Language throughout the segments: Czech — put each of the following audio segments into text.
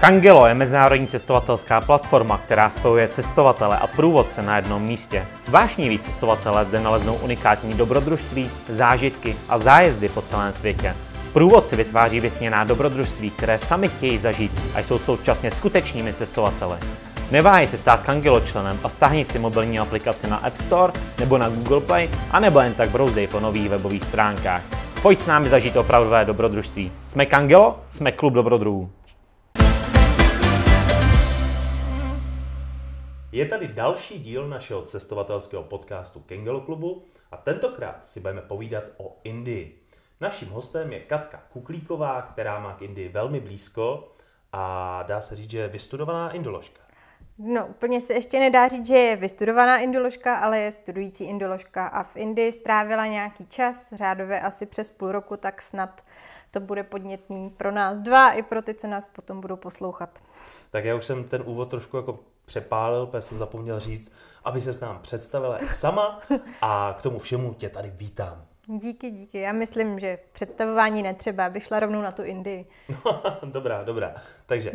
Kangelo je mezinárodní cestovatelská platforma, která spojuje cestovatele a průvodce na jednom místě. Vášniví cestovatelé zde naleznou unikátní dobrodružství, zážitky a zájezdy po celém světě. Průvodci vytváří vysněná dobrodružství, které sami chtějí zažít a jsou současně skutečnými cestovateli. Neváhej se stát Kangelo členem a stáhni si mobilní aplikaci na App Store nebo na Google Play, anebo jen tak brouzdej po nových webových stránkách. Pojď s námi zažít opravdové dobrodružství. Jsme Kangelo, jsme klub dobrodruhů. Je tady další díl našeho cestovatelského podcastu Kangelo klubu a tentokrát si budeme povídat o Indii. Naším hostem je Katka Kuklíková, která má k Indii velmi blízko a dá se říct, že je vystudovaná indoložka. No, úplně se ještě nedá říct, že je vystudovaná indoložka, ale je studující indoložka a v Indii strávila nějaký čas, řádově asi přes půl roku, tak snad to bude podnětný pro nás dva i pro ty, co nás potom budou poslouchat. Tak já už jsem ten úvod trošku jako přepálil, protože jsem zapomněl říct, aby ses nám představila i sama a k tomu všemu tě tady vítám. Díky. Já myslím, že představování netřeba, bych šla rovnou na tu Indii. Dobrá. Takže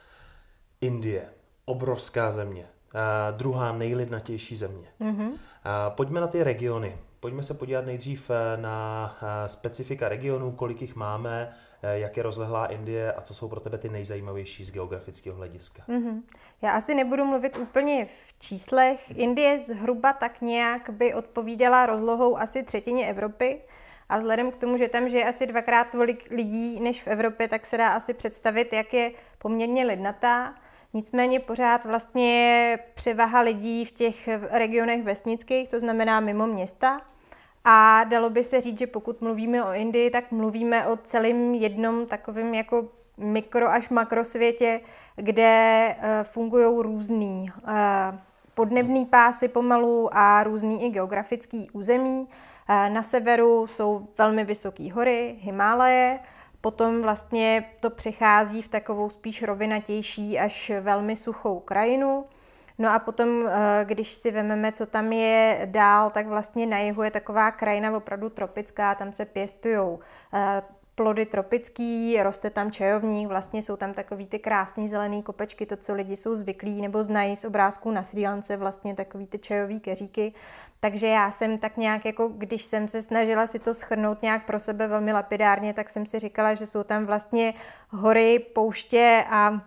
Indie, obrovská země, druhá nejlidnatější země. Pojďme na ty regiony. Pojďme se podívat nejdřív na specifika regionů, kolik jich máme, jak je rozlehlá Indie a co jsou pro tebe ty nejzajímavější z geografického hlediska. Já asi nebudu mluvit úplně v číslech. Indie zhruba tak nějak by odpovídala rozlohou asi třetině Evropy a vzhledem k tomu, že tam žije asi dvakrát tolik lidí než v Evropě, tak se dá asi představit, jak je poměrně lidnatá. Nicméně pořád vlastně převaha lidí v těch regionech vesnických, to znamená mimo města. A dalo by se říct, že pokud mluvíme o Indii, tak mluvíme o celém jednom takovém jako mikro až makrosvětě, kde fungují různý podnebný pásy pomalu a různý i geografický území. Na severu jsou velmi vysoké hory, Himálaje, potom vlastně to přechází v takovou spíš rovinatější až velmi suchou krajinu. No a potom, když si vezmeme, co tam je dál, tak vlastně na jihu je taková krajina opravdu tropická, tam se pěstujou plody tropický, roste tam čajovník, vlastně jsou tam takový ty krásný zelený kopečky, to, co lidi jsou zvyklí nebo znají z obrázků na Srí Lance, vlastně takový ty čajový keříky. Takže já jsem tak nějak, jako když jsem se snažila si to shrnout nějak pro sebe velmi lapidárně, tak jsem si říkala, že jsou tam vlastně hory, pouště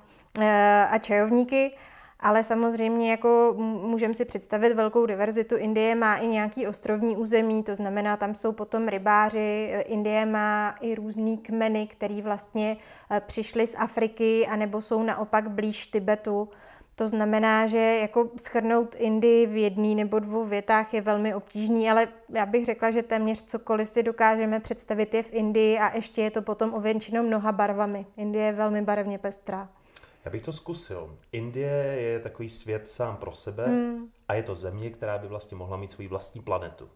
a čajovníky. Ale samozřejmě jako můžeme si představit velkou diverzitu. Indie má i nějaký ostrovní území, to znamená, tam jsou potom rybáři. Indie má i různý kmeny, který vlastně přišli z Afriky anebo jsou naopak blíž Tibetu. To znamená, že jako shrnout Indii v jedné nebo dvou větách je velmi obtížný, ale já bych řekla, že téměř cokoliv si dokážeme představit je v Indii a ještě je to potom ověnčeno mnoha barvami. Indie je velmi barevně pestrá. Já bych to zkusil. Indie je takový svět sám pro sebe a je to země, která by vlastně mohla mít svou vlastní planetu.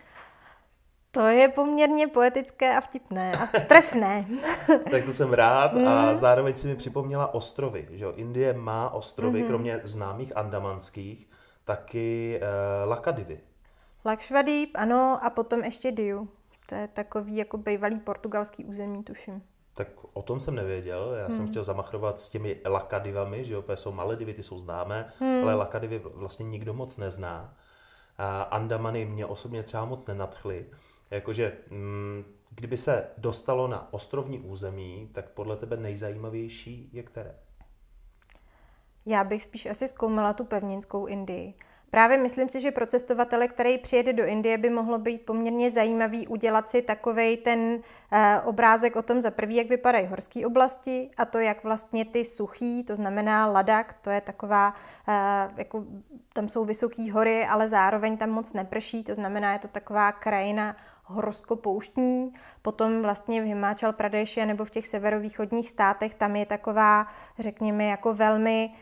To je poměrně poetické a vtipné a trefné. Tak to jsem rád a zároveň si mi připomněla ostrovy. Že jo? Indie má ostrovy, kromě známých andamanských, taky Lakadivy. Lakshadweep, ano, a potom ještě Diu. To je takový jako bývalý portugalský území, tuším. Tak o tom jsem nevěděl, já jsem chtěl zamachrovat s těmi Lakadivami, že jo, jsou Maledivy, ty jsou známé, ale Lakadivy vlastně nikdo moc nezná. A Andamany mě osobně třeba moc nenadchly. Jakože, kdyby se dostalo na ostrovní území, tak podle tebe nejzajímavější je které? Já bych spíš asi zkoumala tu pevninskou Indii. Právě myslím si, že pro cestovatele, který přijede do Indie, by mohlo být poměrně zajímavý udělat si takovej ten obrázek o tom za prvý, jak vypadají horské oblasti a to, jak vlastně ty suchý, to znamená Ladakh, to je taková, jako, tam jsou vysoké hory, ale zároveň tam moc neprší, to znamená, je to taková krajina horsko-pouštní. Potom vlastně v Himachal Pradeši nebo v těch severovýchodních státech, tam je taková, řekněme, jako velmi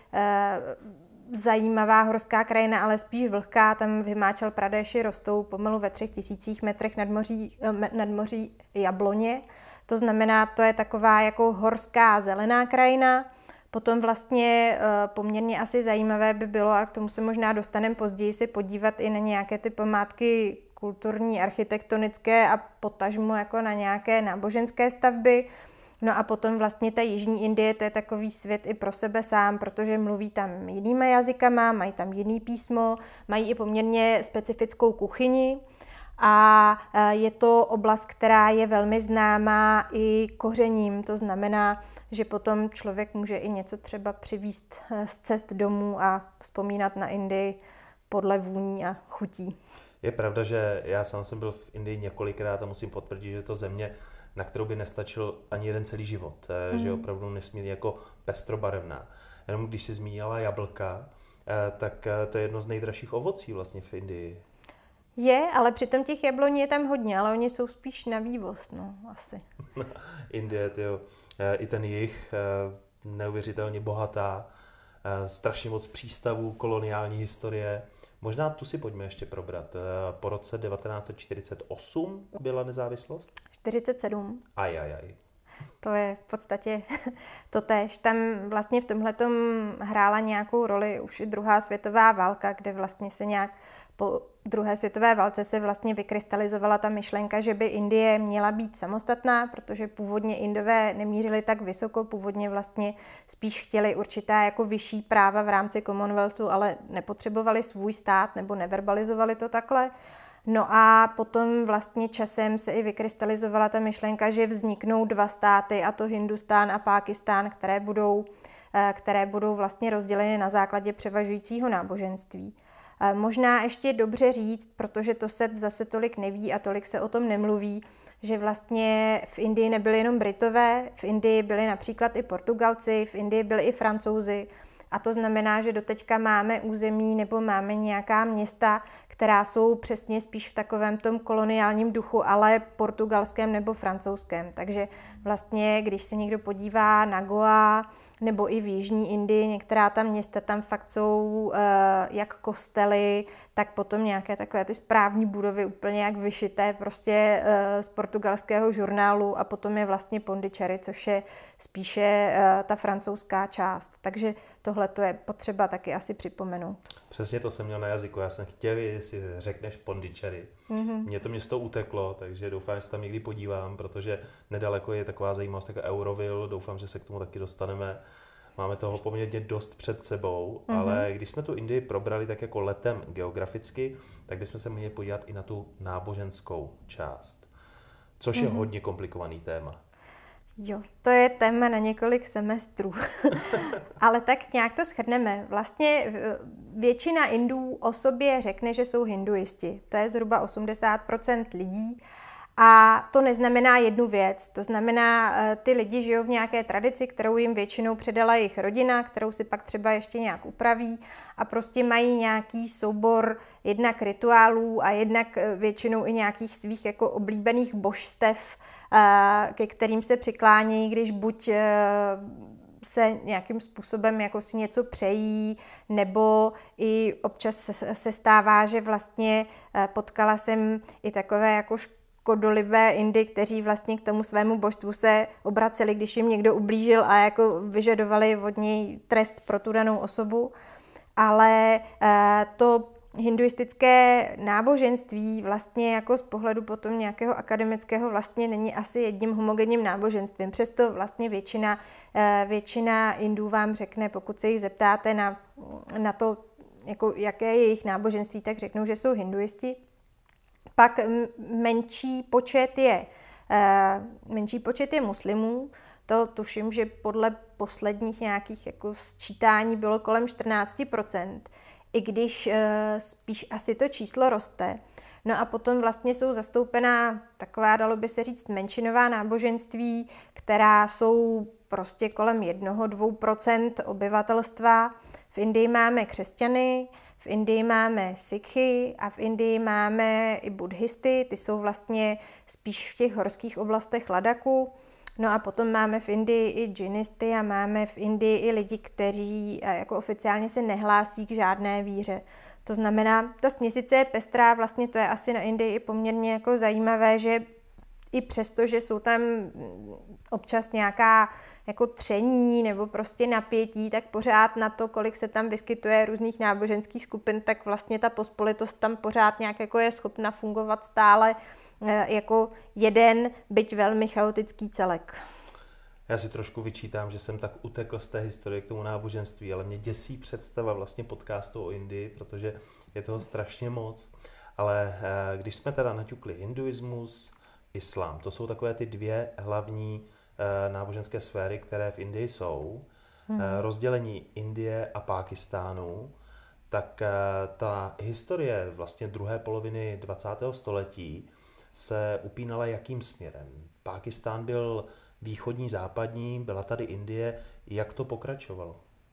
zajímavá horská krajina, ale spíš vlhká. Tam v Himachal Pradeši rostou pomalu ve 3000 metrech nadmoří jabloně. To znamená, to je taková jako horská zelená krajina. Potom vlastně poměrně asi zajímavé by bylo, a k tomu se možná dostaneme později, si podívat i na nějaké ty památky kulturní, architektonické a potažmo jako na nějaké náboženské stavby. No a potom vlastně ta jižní Indie, to je takový svět i pro sebe sám, protože mluví tam jinýma jazykama, mají tam jiný písmo, mají i poměrně specifickou kuchyni a je to oblast, která je velmi známá i kořením, to znamená, že potom člověk může i něco třeba přivízt z cest domů a vzpomínat na Indii podle vůní a chutí. Je pravda, že já sám jsem byl v Indii několikrát a musím potvrdit, že je to země, na kterou by nestačil ani jeden celý život, že je opravdu nesmírně jako pestrobarevná. Jenom když jsi zmínila jablka, tak to je jedno z nejdražších ovocí vlastně v Indii. Je, ale přitom těch jabloní je tam hodně, ale oni jsou spíš na vývoz, no, asi. Indie, tyjo, i ten jih, neuvěřitelně bohatá, strašně moc přístavů, koloniální historie. Možná tu si pojďme ještě probrat. Po roce 1948 byla nezávislost? 47. Aj. To je v podstatě totéž. Tam vlastně v tomhletom hrála nějakou roli už i druhá světová válka, kde vlastně se nějak po druhé světové válce se vlastně vykrystalizovala ta myšlenka, že by Indie měla být samostatná, protože původně Indové nemířili tak vysoko, původně vlastně spíš chtěli určitá jako vyšší práva v rámci Commonwealthu, ale nepotřebovali svůj stát nebo neverbalizovali to takhle. No a potom vlastně časem se i vykrystalizovala ta myšlenka, že vzniknou dva státy, a to Hindustán a Pákistán, které budou vlastně rozděleny na základě převažujícího náboženství. Možná ještě dobře říct, protože to se zase tolik neví a tolik se o tom nemluví, že vlastně v Indii nebyli jenom Britové, v Indii byli například i Portugalci, v Indii byli i Francouzi. A to znamená, že doteďka máme území nebo máme nějaká města, která jsou přesně spíš v takovém tom koloniálním duchu, ale portugalském nebo francouzském. Takže vlastně, když se někdo podívá na Goa nebo i v jižní Indii, některá ta města tam fakt jsou jak kostely, tak potom nějaké takové ty správní budovy úplně jak vyšité prostě z portugalského žurnálu a potom je vlastně Pondicherry, což je spíše ta francouzská část. Takže tohle to je potřeba taky asi připomenout. Přesně to jsem měl na jazyku. Já jsem chtěl, jestli řekneš Pondicherry. Mně to město uteklo, takže doufám, že se tam někdy podívám, protože nedaleko je taková zajímavost jako Euroville. Doufám, že se k tomu taky dostaneme. Máme toho poměrně dost před sebou, ale když jsme tu Indii probrali tak jako letem geograficky, tak bychom se měli podívat i na tu náboženskou část, což je hodně komplikovaný téma. Jo, to je téma na několik semestrů, ale tak nějak to shrneme. Vlastně většina Indů o sobě řekne, že jsou hinduisti. To je zhruba 80% lidí. A to neznamená jednu věc, to znamená, ty lidi žijou v nějaké tradici, kterou jim většinou předala jejich rodina, kterou si pak třeba ještě nějak upraví a prostě mají nějaký soubor jednak rituálů a jednak většinou i nějakých svých jako oblíbených božstev, ke kterým se přiklánějí, když buď se nějakým způsobem jako si něco přejí, nebo i občas se stává, že vlastně potkala jsem i takové jako škodolivé Indy, kteří vlastně k tomu svému božstvu se obraceli, když jim někdo ublížil a jako vyžadovali od něj trest pro tu danou osobu. Ale to hinduistické náboženství vlastně jako z pohledu potom nějakého akademického vlastně není asi jedním homogenním náboženstvím. Přesto vlastně většina Indů vám řekne, pokud se jich zeptáte na to, jako jaké je jejich náboženství, tak řeknou, že jsou hinduisti. Pak menší počet je muslimů. To tuším, že podle posledních nějakých jako sčítání bylo kolem 14%, i když spíš asi to číslo roste. No a potom vlastně jsou zastoupená taková, dalo by se říct, menšinová náboženství, která jsou prostě kolem 1-2% obyvatelstva. V Indii máme křesťany, v Indii máme Sikhy a v Indii máme i buddhisty, ty jsou vlastně spíš v těch horských oblastech Ladaku. No a potom máme v Indii i džinisty a máme v Indii i lidi, kteří jako oficiálně se nehlásí k žádné víře. To znamená, ta směsice je pestrá, vlastně to je asi na Indii i poměrně jako zajímavé, že i přesto, že jsou tam občas nějaká jako tření nebo prostě napětí, tak pořád na to, kolik se tam vyskytuje různých náboženských skupin, tak vlastně ta pospolitost tam pořád nějak jako je schopna fungovat stále jako jeden, byť velmi chaotický celek. Já si trošku vyčítám, že jsem tak utekl z té historie k tomu náboženství, ale mě děsí představa vlastně podcastu o Indii, protože je toho strašně moc. Ale když jsme teda naťukli hinduismus, islám, to jsou takové ty dvě hlavní náboženské sféry, které v Indii jsou. Rozdělení Indie a Pákistánu, tak ta historie vlastně druhé poloviny 20. století se upínala jakým směrem? Pákistán byl východní, západní, byla tady Indie. Jak to pokračovalo?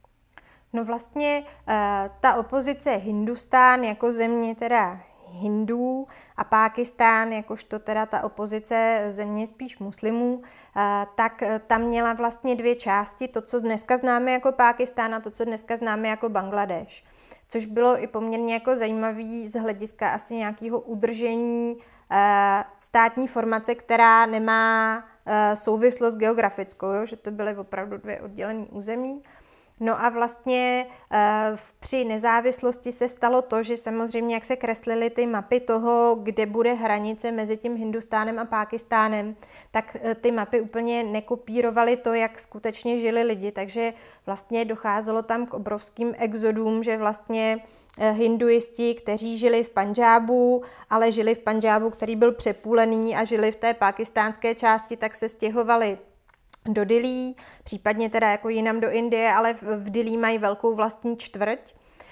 No vlastně ta opozice Hindustán jako země teda Hindů a Pákistán jakožto teda ta opozice země spíš muslimů, tak tam měla vlastně dvě části, to, co dneska známe jako Pákistán a to, co dneska známe jako Bangladeš. Což bylo i poměrně jako zajímavý z hlediska asi nějakého udržení státní formace, která nemá souvislost geografickou, jo? Že to byly opravdu dvě oddělené území. No a vlastně při nezávislosti se stalo to, že samozřejmě, jak se kreslily ty mapy toho, kde bude hranice mezi tím Hindustánem a Pákistánem, tak ty mapy úplně nekopírovaly to, jak skutečně žili lidi, takže vlastně docházelo tam k obrovským exodům, že vlastně hinduisti, kteří žili v Pandžábu, ale žili v Pandžábu, který byl přepůlený a žili v té pákistánské části, tak se stěhovali do Dillí, případně teda jako jinam do Indie, ale v Dillí mají velkou vlastní čtvrť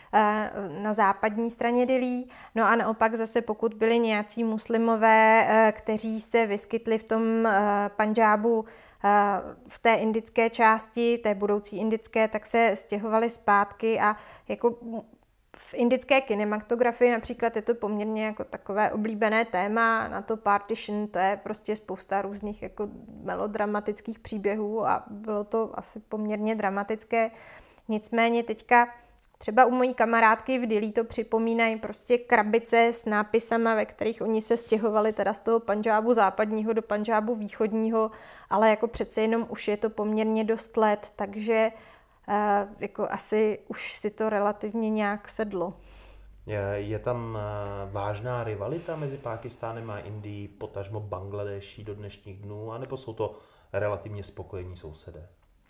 na západní straně Dillí. No a naopak zase pokud byli nějací muslimové, kteří se vyskytli v tom Pandžábu v té indické části, té budoucí indické, tak se stěhovali zpátky a jako v indické kinematografii například je to poměrně jako takové oblíbené téma, na to partition, to je prostě spousta různých jako melodramatických příběhů a bylo to asi poměrně dramatické. Nicméně teďka třeba u mojí kamarádky v Dillí to připomínají prostě krabice s nápisama, ve kterých oni se stěhovali teda z toho Pandžábu západního do Pandžábu východního, ale jako přece jenom už je to poměrně dost let, takže jako asi už si to relativně nějak sedlo. Je tam vážná rivalita mezi Pákistánem a Indií, potažmo Bangladeší do dnešních dnů, anebo jsou to relativně spokojení sousedé?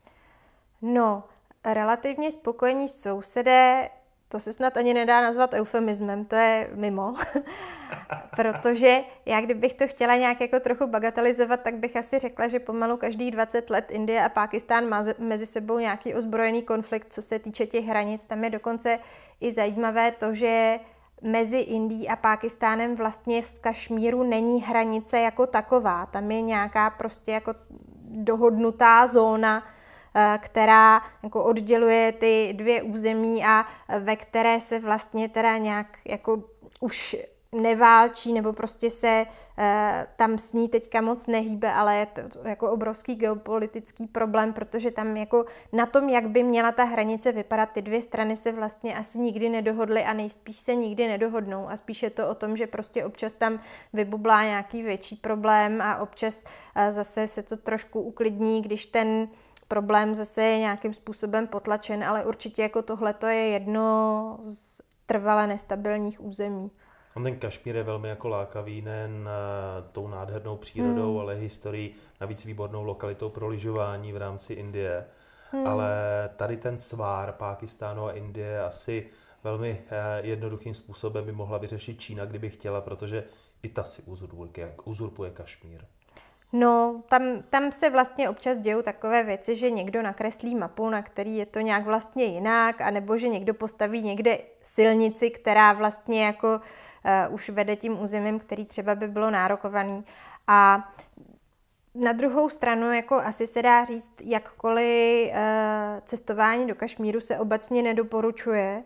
No, relativně spokojení sousedé, to se snad ani nedá nazvat eufemismem, to je mimo. Protože já kdybych to chtěla nějak jako trochu bagatelizovat, tak bych asi řekla, že pomalu každých 20 let Indie a Pákistán má mezi sebou nějaký ozbrojený konflikt, co se týče těch hranic. Tam je dokonce i zajímavé to, že mezi Indií a Pákistánem vlastně v Kašmíru není hranice jako taková. Tam je nějaká prostě jako dohodnutá zóna, která jako odděluje ty dvě území a ve které se vlastně teda nějak jako už neválčí, nebo prostě se tam s ní teďka moc nehýbe, ale je to jako obrovský geopolitický problém, protože tam jako na tom, jak by měla ta hranice vypadat, ty dvě strany se vlastně asi nikdy nedohodly a nejspíš se nikdy nedohodnou a spíš je to o tom, že prostě občas tam vybublá nějaký větší problém a občas zase se to trošku uklidní, když ten problém zase je nějakým způsobem potlačen, ale určitě jako tohleto je jedno z trvale nestabilních území. Ten Kašmír je velmi jako lákavý, nejen tou nádhernou přírodou, ale historií, navíc výbornou lokalitou pro lyžování v rámci Indie. Ale tady ten svár Pákistánu a Indie asi velmi jednoduchým způsobem by mohla vyřešit Čína, kdyby chtěla, protože i ta si uzurpuje Kašmír. No, tam se vlastně občas dějou takové věci, že někdo nakreslí mapu, na který je to nějak vlastně jinak, anebo že někdo postaví někde silnici, která vlastně jako už vede tím územím, který třeba by bylo nárokovaný. A na druhou stranu, jako asi se dá říct, jakkoliv cestování do Kašmíru se obecně nedoporučuje,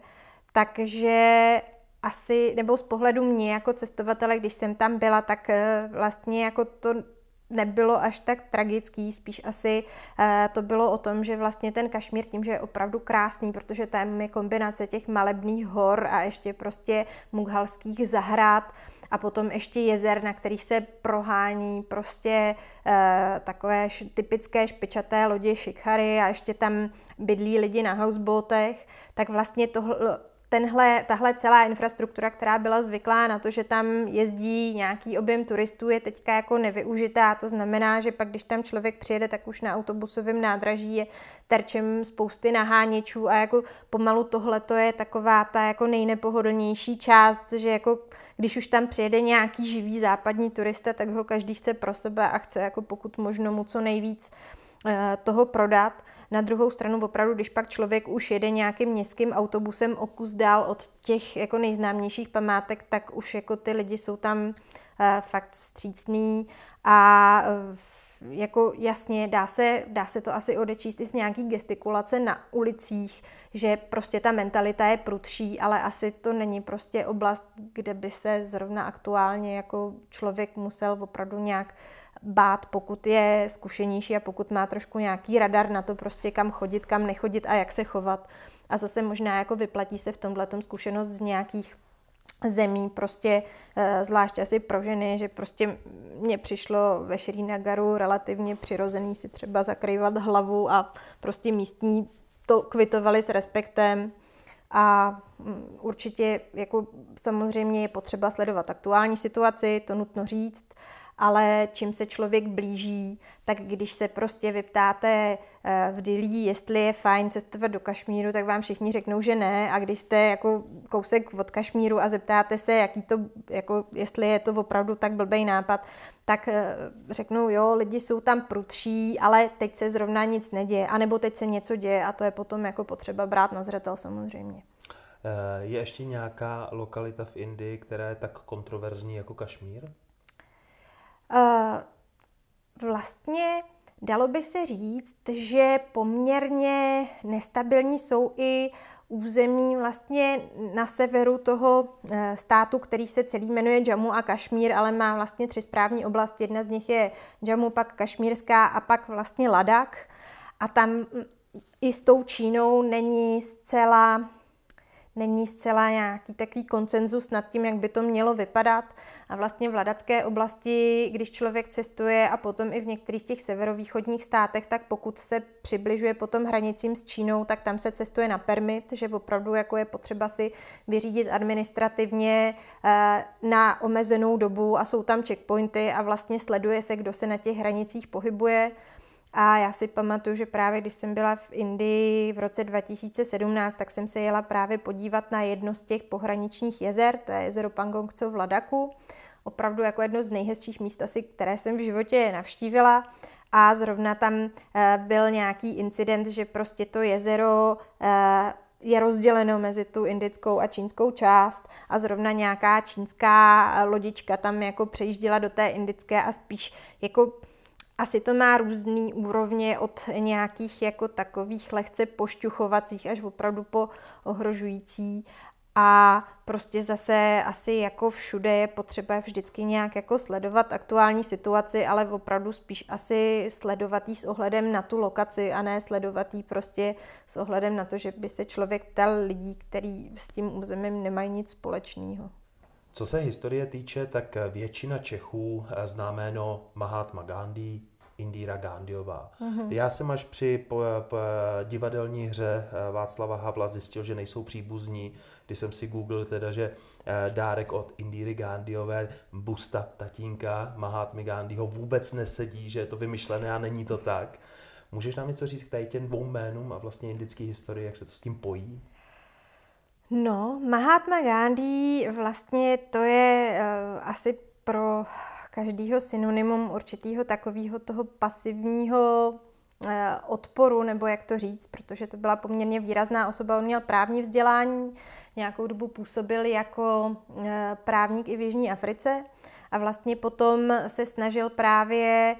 takže asi, nebo z pohledu mě jako cestovatele, když jsem tam byla, tak vlastně jako to nebylo až tak tragický, spíš asi to bylo o tom, že vlastně ten Kašmír tím, že je opravdu krásný, protože tam je kombinace těch malebných hor a ještě prostě mughalských zahrad a potom ještě jezer, na kterých se prohání prostě takové typické špičaté lodi šikhary a ještě tam bydlí lidi na houseboatech, tak vlastně tohle tahle celá infrastruktura, která byla zvyklá na to, že tam jezdí nějaký objem turistů, je teďka jako nevyužitá. To znamená, že pak, když tam člověk přijede, tak už na autobusovém nádraží je terčem spousty naháněčů a jako pomalu tohleto je taková ta jako nejnepohodlnější část, že jako když už tam přijede nějaký živý západní turista, tak ho každý chce pro sebe a chce jako pokud možno mu co nejvíc toho prodat. Na druhou stranu opravdu, když pak člověk už jede nějakým městským autobusem o kus dál od těch jako nejznámějších památek, tak už jako ty lidi jsou tam fakt vstřícný a jako jasně dá se to asi odečíst i z nějaký gestikulace na ulicích, že prostě ta mentalita je prudší, ale asi to není prostě oblast, kde by se zrovna aktuálně jako člověk musel opravdu nějak bát, pokud je zkušenější a pokud má trošku nějaký radar na to prostě kam chodit, kam nechodit a jak se chovat. A zase možná jako vyplatí se v tomhletom zkušenost z nějakých zemí, prostě zvlášť asi pro ženy, že prostě mně přišlo ve Šrínagaru relativně přirozený si třeba zakrývat hlavu a prostě místní to kvitovali s respektem. A určitě jako samozřejmě je potřeba sledovat aktuální situaci, to nutno říct, ale čím se člověk blíží, tak když se prostě vyptáte v Dillí, jestli je fajn cestovat do Kašmíru, tak vám všichni řeknou, že ne. A když jste jako kousek od Kašmíru a zeptáte se, jestli je to opravdu tak blbej nápad, tak řeknou, jo, lidi jsou tam prudší, ale teď se zrovna nic neděje, anebo teď se něco děje a to je potom jako potřeba brát na zřetel samozřejmě. Je ještě nějaká lokalita v Indii, která je tak kontroverzní jako Kašmír? Vlastně dalo by se říct, že poměrně nestabilní jsou i území vlastně na severu toho státu, který se celý jmenuje Jammu a Kašmír, ale má vlastně 3 správní oblasti. Jedna z nich je Jammu, pak Kašmírská a pak vlastně Ladakh. A tam i s tou Čínou není zcela nějaký takový konsenzus nad tím, jak by to mělo vypadat. A vlastně v Ladacké oblasti, když člověk cestuje a potom i v některých těch severovýchodních státech, tak pokud se přibližuje potom hranicím s Čínou, tak tam se cestuje na permit, že opravdu jako je potřeba si vyřídit administrativně na omezenou dobu a jsou tam checkpointy a vlastně sleduje se, kdo se na těch hranicích pohybuje. A já si pamatuju, že právě když jsem byla v Indii v roce 2017, tak jsem se jela právě podívat na jedno z těch pohraničních jezer, to je jezero Pangongco v Ladakhu. Opravdu jako jedno z nejhezčích míst asi, které jsem v životě navštívila. A zrovna tam byl nějaký incident, že prostě to jezero je rozděleno mezi tu indickou a čínskou část a zrovna nějaká čínská lodička tam jako přejížděla do té indické a spíš jako asi to má různý úrovně od nějakých jako takových lehce pošťuchovacích až opravdu po ohrožující. A prostě zase asi jako všude je potřeba vždycky nějak jako sledovat aktuální situaci, ale opravdu spíš asi sledovat jí s ohledem na tu lokaci a ne sledovat jí prostě s ohledem na to, že by se člověk ptal lidí, kteří s tím územím nemají nic společného. Co se historie týče, tak většina Čechů zná jméno Mahatma Gandhi, Indira Gandhiová. Já jsem až při divadelní hře Václava Havla zjistil, že nejsou příbuzní, když jsem si googlil teda, že dárek od Indiry Gandhiové, busta tatínka Mahatmy Gandhiho vůbec nesedí, že je to vymyšlené a není to tak. Můžeš nám něco říct k tady těm 2 jménům a vlastně indické historii, jak se to s tím pojí? No, Mahatma Gandhi vlastně to je asi pro každýho synonymum určitýho takového toho pasivního odporu, nebo jak to říct, protože to byla poměrně výrazná osoba. On měl právní vzdělání, nějakou dobu působil jako právník i v Jižní Africe a vlastně potom se snažil právě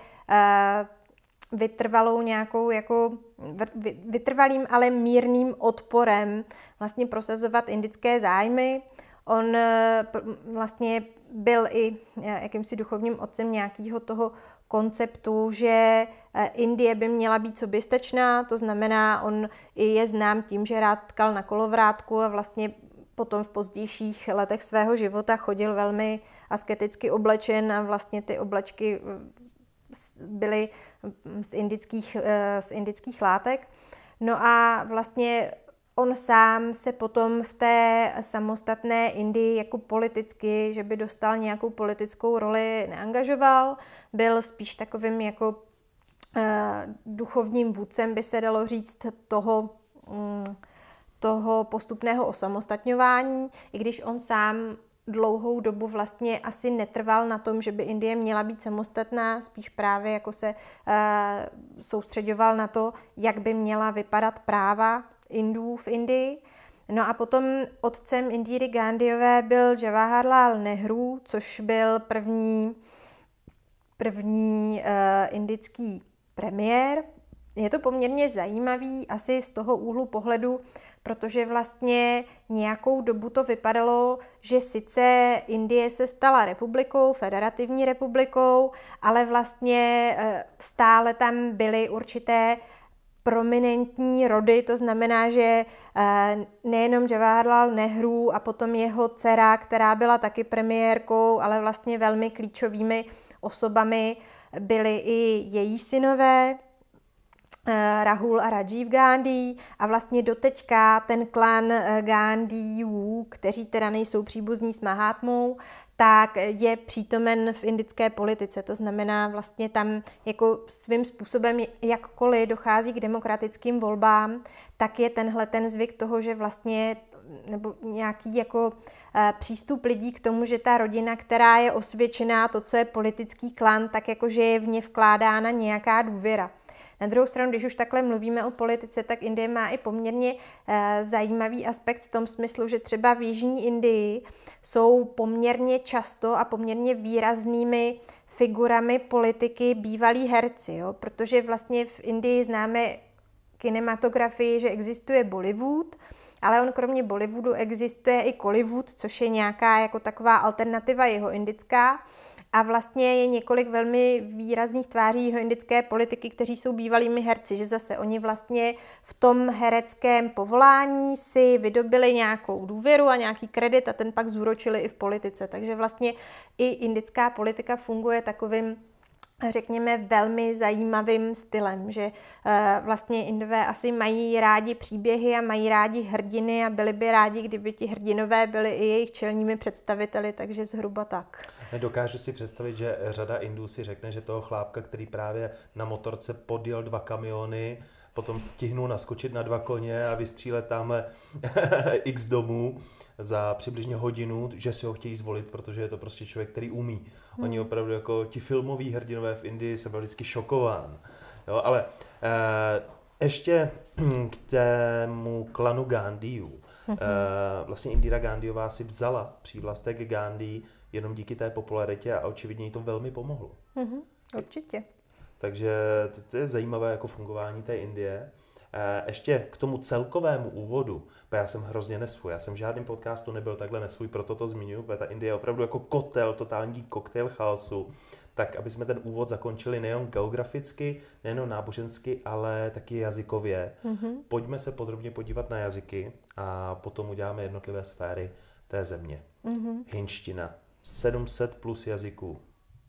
vytrvalým, ale mírným odporem vlastně prosazovat indické zájmy. On vlastně byl i jakýmsi duchovním otcem nějakého toho konceptu, že Indie by měla být soběstačná, to znamená, on i je znám tím, že rád tkal na kolovrátku a vlastně potom v pozdějších letech svého života chodil velmi asketicky oblečen a vlastně ty oblečky byly z indických látek. No a vlastně on sám se potom v té samostatné Indii jako politicky, že by dostal nějakou politickou roli, neangažoval. Byl spíš takovým jako duchovním vůdcem, by se dalo říct, toho postupného osamostatňování, i když on sám dlouhou dobu vlastně asi netrval na tom, že by Indie měla být samostatná, spíš právě jako se soustředoval na to, jak by měla vypadat práva Indů v Indii. No a potom otcem Indíry Gandhiové byl Jawaharlal Nehru, což byl první indický premiér. Je to poměrně zajímavý asi z toho úhlu pohledu, protože vlastně nějakou dobu to vypadalo, že sice Indie se stala republikou, federativní republikou, ale vlastně stále tam byly určité prominentní rody, to znamená, že nejenom Jawaharlal Nehru a potom jeho dcera, která byla taky premiérkou, ale vlastně velmi klíčovými osobami byli i její synové, Rahul a Rajiv Gandhi, a vlastně doteďka ten klan Gandhiů, kteří teda nejsou příbuzní s Mahátmou, tak je přítomen v indické politice. To znamená vlastně tam jako svým způsobem, jakkoliv dochází k demokratickým volbám, tak je tenhle ten zvyk toho, že vlastně nebo nějaký jako přístup lidí k tomu, že ta rodina, která je osvědčená, to, co je politický klan, tak jakože je v ně vkládána nějaká důvěra. Na druhou stranu, když už takhle mluvíme o politice, tak Indie má i poměrně zajímavý aspekt v tom smyslu, že třeba v jižní Indii jsou poměrně často a poměrně výraznými figurami politiky bývalí herci, jo? Protože vlastně v Indii známe kinematografii, že existuje Bollywood, ale on kromě Bollywoodu existuje i Kollywood, což je nějaká jako taková alternativa jihoindická. A vlastně je několik velmi výrazných tváří jihoindické politiky, kteří jsou bývalými herci, že zase oni vlastně v tom hereckém povolání si vydobili nějakou důvěru a nějaký kredit a ten pak zúročili i v politice. Takže vlastně i indická politika funguje takovým, řekněme, velmi zajímavým stylem, že vlastně Indové asi mají rádi příběhy a mají rádi hrdiny a byli by rádi, kdyby ti hrdinové byli i jejich čelními představiteli, takže zhruba tak. Nedokážu si představit, že řada Indů si řekne, že toho chlápka, který právě na motorce podjel 2 kamiony, potom stihnul naskočit na 2 koně a vystřílet tamhle x domů za přibližně hodinu, že si ho chtějí zvolit, protože je to prostě člověk, který umí. Oni opravdu jako ti filmoví hrdinové v Indii jsem byl vždycky šokován. Jo, ale ještě k tému klanu Gandhiů. Vlastně Indira Gandhiová si vzala přívlastek Gandhi jenom díky té popularitě a očividně jí to velmi pomohlo. Určitě. Takže to je zajímavé jako fungování té Indie. Ještě k tomu celkovému úvodu, já jsem hrozně nesvůj, já jsem v žádném podcastu nebyl takhle nesvůj, proto to zmiňuji, protože ta Indie je opravdu jako kotel, totální koktejl chaosu, tak aby jsme ten úvod zakončili nejen geograficky, nejen nábožensky, ale taky jazykově. Pojďme se podrobně podívat na jazyky a potom uděláme jednotlivé sféry té země. Hindština, 700 plus jazyků.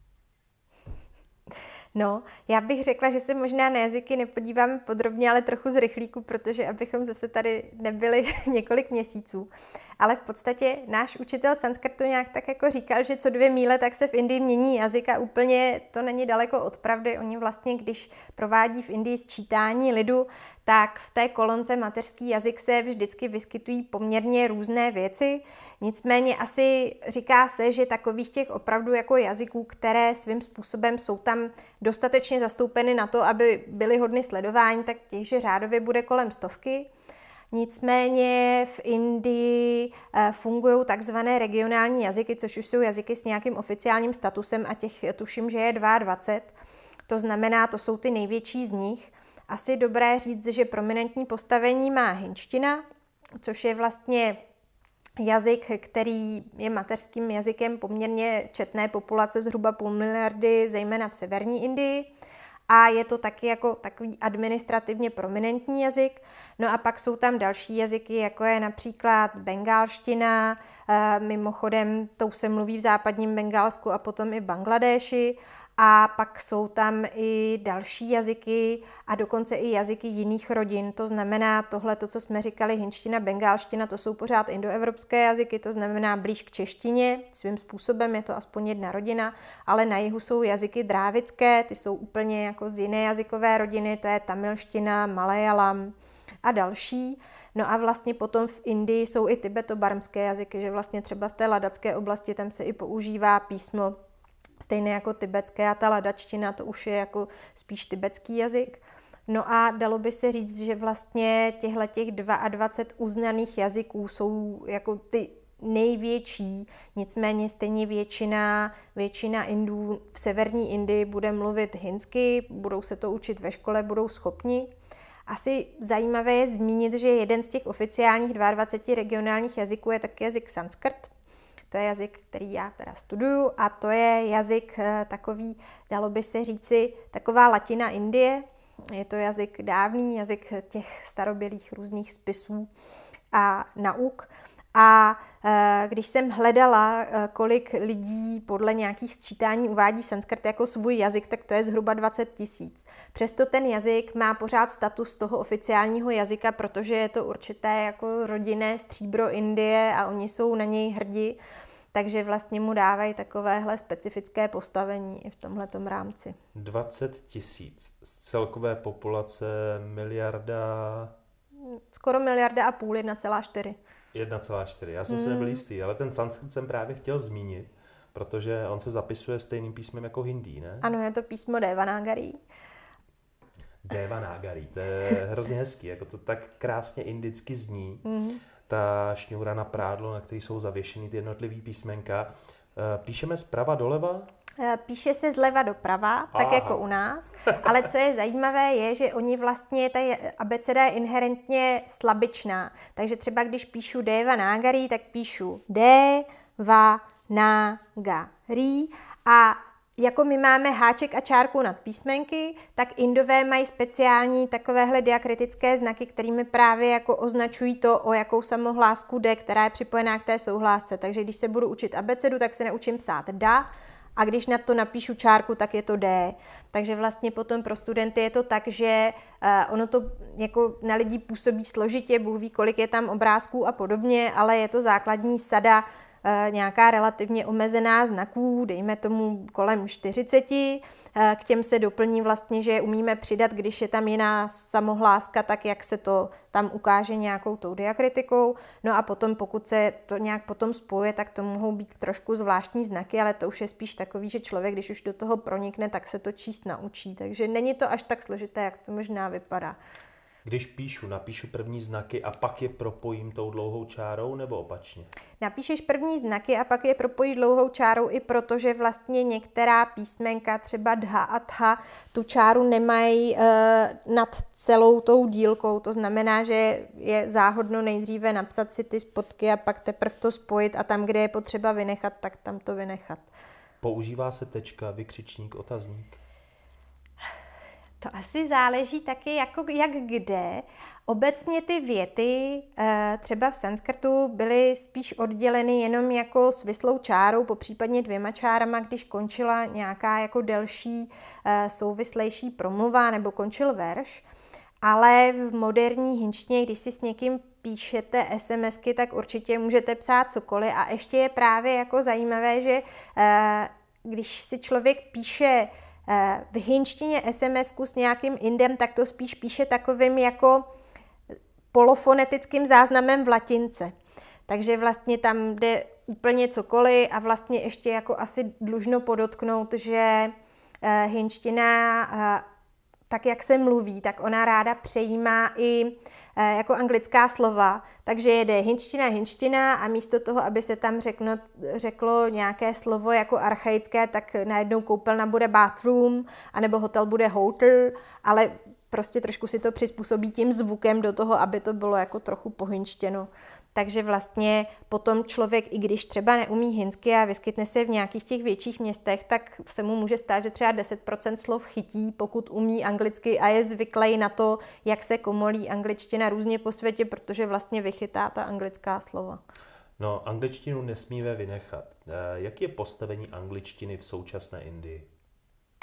No, já bych řekla, že se možná na jazyky nepodíváme podrobně, ale trochu z rychlíku, protože abychom zase tady nebyli několik měsíců. Ale v podstatě náš učitel sanskrtu nějak tak jako říkal, že co 2 míle, tak se v Indii mění jazyk a úplně to není daleko od pravdy. Oni vlastně, když provádí v Indii sčítání lidu, tak v té kolonce mateřský jazyk se vždycky vyskytují poměrně různé věci. Nicméně asi říká se, že takových těch opravdu jako jazyků, které svým způsobem jsou tam dostatečně zastoupeny na to, aby byly hodny sledování, tak těch, že řádově bude kolem 100. Nicméně v Indii fungují takzvané regionální jazyky, což už jsou jazyky s nějakým oficiálním statusem a těch tuším, že je 22. To znamená, to jsou ty největší z nich. Asi dobré říct, že prominentní postavení má hindština, což je vlastně jazyk, který je mateřským jazykem poměrně četné populace, zhruba 500 miliardy, zejména v severní Indii. A je to taky jako takový administrativně prominentní jazyk. No a pak jsou tam další jazyky, jako je například bengálština, mimochodem tou se mluví v západním Bengálsku a potom i Bangladéši. A pak jsou tam i další jazyky a dokonce i jazyky jiných rodin. To znamená tohle, to, co jsme říkali, hindština, bengálština, to jsou pořád indoevropské jazyky, to znamená blíž k češtině, svým způsobem je to aspoň jedna rodina, ale na jihu jsou jazyky drávické, ty jsou úplně jako z jiné jazykové rodiny, to je tamilština, malayalam a další. No a vlastně potom v Indii jsou i tibetobarmské jazyky, že vlastně třeba v té ladacké oblasti tam se i používá písmo stejné jako tibetské a ta ladačtina, to už je jako spíš tibetský jazyk. No a dalo by se říct, že vlastně těch 22 uznaných jazyků jsou jako ty největší, nicméně stejně většina Indů v severní Indii bude mluvit hindsky, budou se to učit ve škole, budou schopni. Asi zajímavé je zmínit, že jeden z těch oficiálních 22 regionálních jazyků je taky jazyk sanskrt. To je jazyk, který já teda studuju a to je jazyk takový, dalo by se říci, taková latina Indie. Je to jazyk dávný, jazyk těch starobělých různých spisů a nauk. A když jsem hledala, kolik lidí podle nějakých sčítání uvádí sanskrt jako svůj jazyk, tak to je zhruba 20 000. Přesto ten jazyk má pořád status toho oficiálního jazyka, protože je to určité jako rodinné stříbro Indie a oni jsou na něj hrdí, takže vlastně mu dávají takovéhle specifické postavení i v tomhletom rámci. 20 000 z celkové populace miliarda... Skoro 1,5 miliardy, 1,4. 1,4. Já jsem si nebyl jistý, ale ten sanskrt jsem právě chtěl zmínit, protože on se zapisuje stejným písmem jako hindi, ne? Ano, je to písmo Devanagari. Devanagari, to je hrozně hezký, jako to tak krásně indicky zní. Ta šňůra na prádlo, na který jsou zavěšený ty jednotlivý písmenka. Píšeme zprava doleva? Píše se zleva doprava, tak jako u nás, ale co je zajímavé je, že oni vlastně, ta abeceda je inherentně slabičná, takže třeba když píšu Devanagari, tak píšu Devanagari a jako my máme háček a čárku nad písmenky, tak Indové mají speciální takovéhle diakritické znaky, kterými právě jako označují to, o jakou samohlásku jde, která je připojená k té souhlásce. Takže když se budu učit abecedu, tak se neučím psát da, a když na to napíšu čárku, tak je to D. Takže vlastně potom pro studenty je to tak, že ono to jako na lidi působí složitě, Bůh ví, kolik je tam obrázků a podobně, ale je to základní sada, nějaká relativně omezená znaků, dejme tomu kolem 40. K těm se doplní vlastně, že umíme přidat, když je tam jiná samohláska, tak jak se to tam ukáže nějakou tou diakritikou. No a potom, pokud se to nějak potom spojuje, tak to mohou být trošku zvláštní znaky, ale to už je spíš takový, že člověk, když už do toho pronikne, tak se to číst naučí. Takže není to až tak složité, jak to možná vypadá. Když napíšu první znaky a pak je propojím tou dlouhou čárou, nebo opačně? Napíšeš první znaky a pak je propojíš dlouhou čárou i proto, že vlastně některá písmenka, třeba dha a tha, tu čáru nemají nad celou tou dílkou. To znamená, že je záhodno nejdříve napsat si ty spodky a pak teprve to spojit a tam, kde je potřeba vynechat, tak tam to vynechat. Používá se tečka, vykřičník, otazník? To asi záleží taky jako jak kde. Obecně ty věty třeba v sanskrtu byly spíš odděleny jenom jako svislou čárou, popřípadně 2 čárama, když končila nějaká jako delší souvislejší promluva nebo končil verš. Ale v moderní hindštině, když si s někým píšete SMSky, tak určitě můžete psát cokoliv. A ještě je právě jako zajímavé, že když si člověk píše v hindštině SMSku s nějakým Indem, tak to spíš píše takovým jako polofonetickým záznamem v latince. Takže vlastně tam jde úplně cokoliv a vlastně ještě jako asi dlužno podotknout, že hindština, tak jak se mluví, tak ona ráda přejímá i jako anglická slova, takže jede hindština a místo toho, aby se tam řeklo nějaké slovo jako archaické, tak najednou koupelna bude bathroom, anebo hotel bude hotel, ale prostě trošku si to přizpůsobí tím zvukem do toho, aby to bylo jako trochu pohindštěno. Takže vlastně potom člověk, i když třeba neumí hindsky a vyskytne se v nějakých těch větších městech, tak se mu může stát, že třeba 10% slov chytí, pokud umí anglicky a je zvyklý na to, jak se komolí angličtina různě po světě, protože vlastně vychytá ta anglická slova. No, angličtinu nesmíme vynechat. Jak je postavení angličtiny v současné Indii?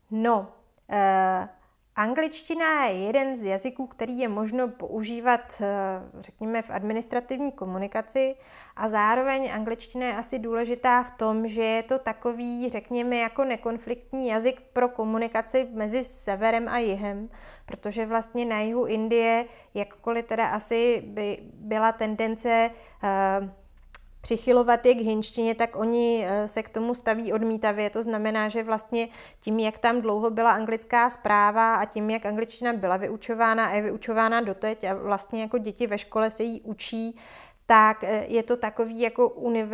No, angličtina je jeden z jazyků, který je možno používat, řekněme, v administrativní komunikaci a zároveň angličtina je asi důležitá v tom, že je to takový, řekněme, jako nekonfliktní jazyk pro komunikaci mezi severem a jihem, protože vlastně na jihu Indie, jakkoliv teda asi by byla tendence přichylovat je k hindštině, tak oni se k tomu staví odmítavě. To znamená, že vlastně tím, jak tam dlouho byla anglická správa a tím, jak angličtina byla vyučována a je vyučována doteď a vlastně jako děti ve škole se jí učí, tak je to takový jako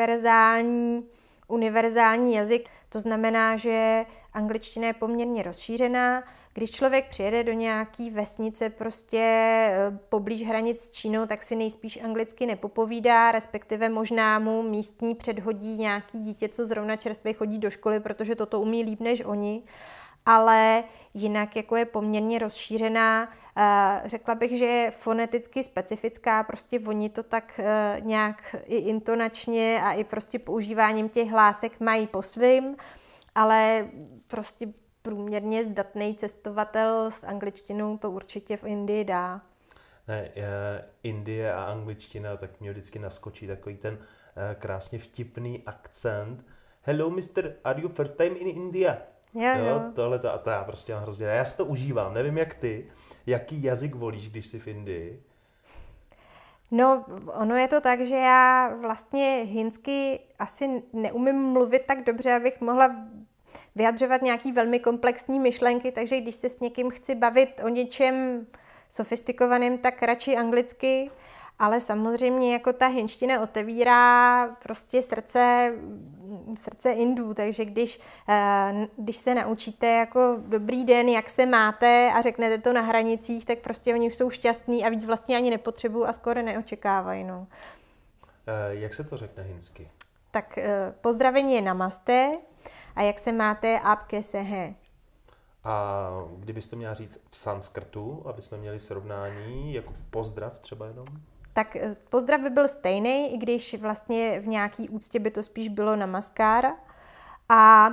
univerzální jazyk. To znamená, že angličtina je poměrně rozšířená. Když člověk přijede do nějaký vesnice prostě poblíž hranic s Čínou, tak si nejspíš anglicky nepopovídá, respektive možná mu místní předhodí nějaký dítě, co zrovna čerstvě chodí do školy, protože toto umí líp než oni. Ale jinak jako je poměrně rozšířená. Řekla bych, že je foneticky specifická, prostě oni to tak nějak i intonačně a i prostě používáním těch hlásek mají po svým, ale prostě průměrně zdatný cestovatel s angličtinou to určitě v Indii dá. Ne, Indie a angličtina, tak mě vždycky naskočí takový ten krásně vtipný akcent. Hello, mister, are you first time in India? Jo. Tohleto a to já prostě mám hrozně. Já si to užívám, nevím jak ty. Jaký jazyk volíš, když jsi v Indii? No, ono je to tak, že já vlastně hindsky asi neumím mluvit tak dobře, abych mohla vyjadřovat nějaký velmi komplexní myšlenky, takže když se s někým chci bavit o něčem sofistikovaným, tak radši anglicky, ale samozřejmě jako ta hindština otevírá prostě srdce Indů, takže když se naučíte jako dobrý den, jak se máte a řeknete to na hranicích, tak prostě oni už jsou šťastní a víc vlastně ani nepotřebují a skoro neočekávají. No. Jak se to řekne hindsky? Tak pozdravení je namaste a jak se máte, aap kaise hain. A kdybyste měla říct v sanskrtu, aby jsme měli srovnání, jako pozdrav třeba jenom? Tak pozdrav by byl stejný, i když vlastně v nějaký úctě by to spíš bylo namaskar. A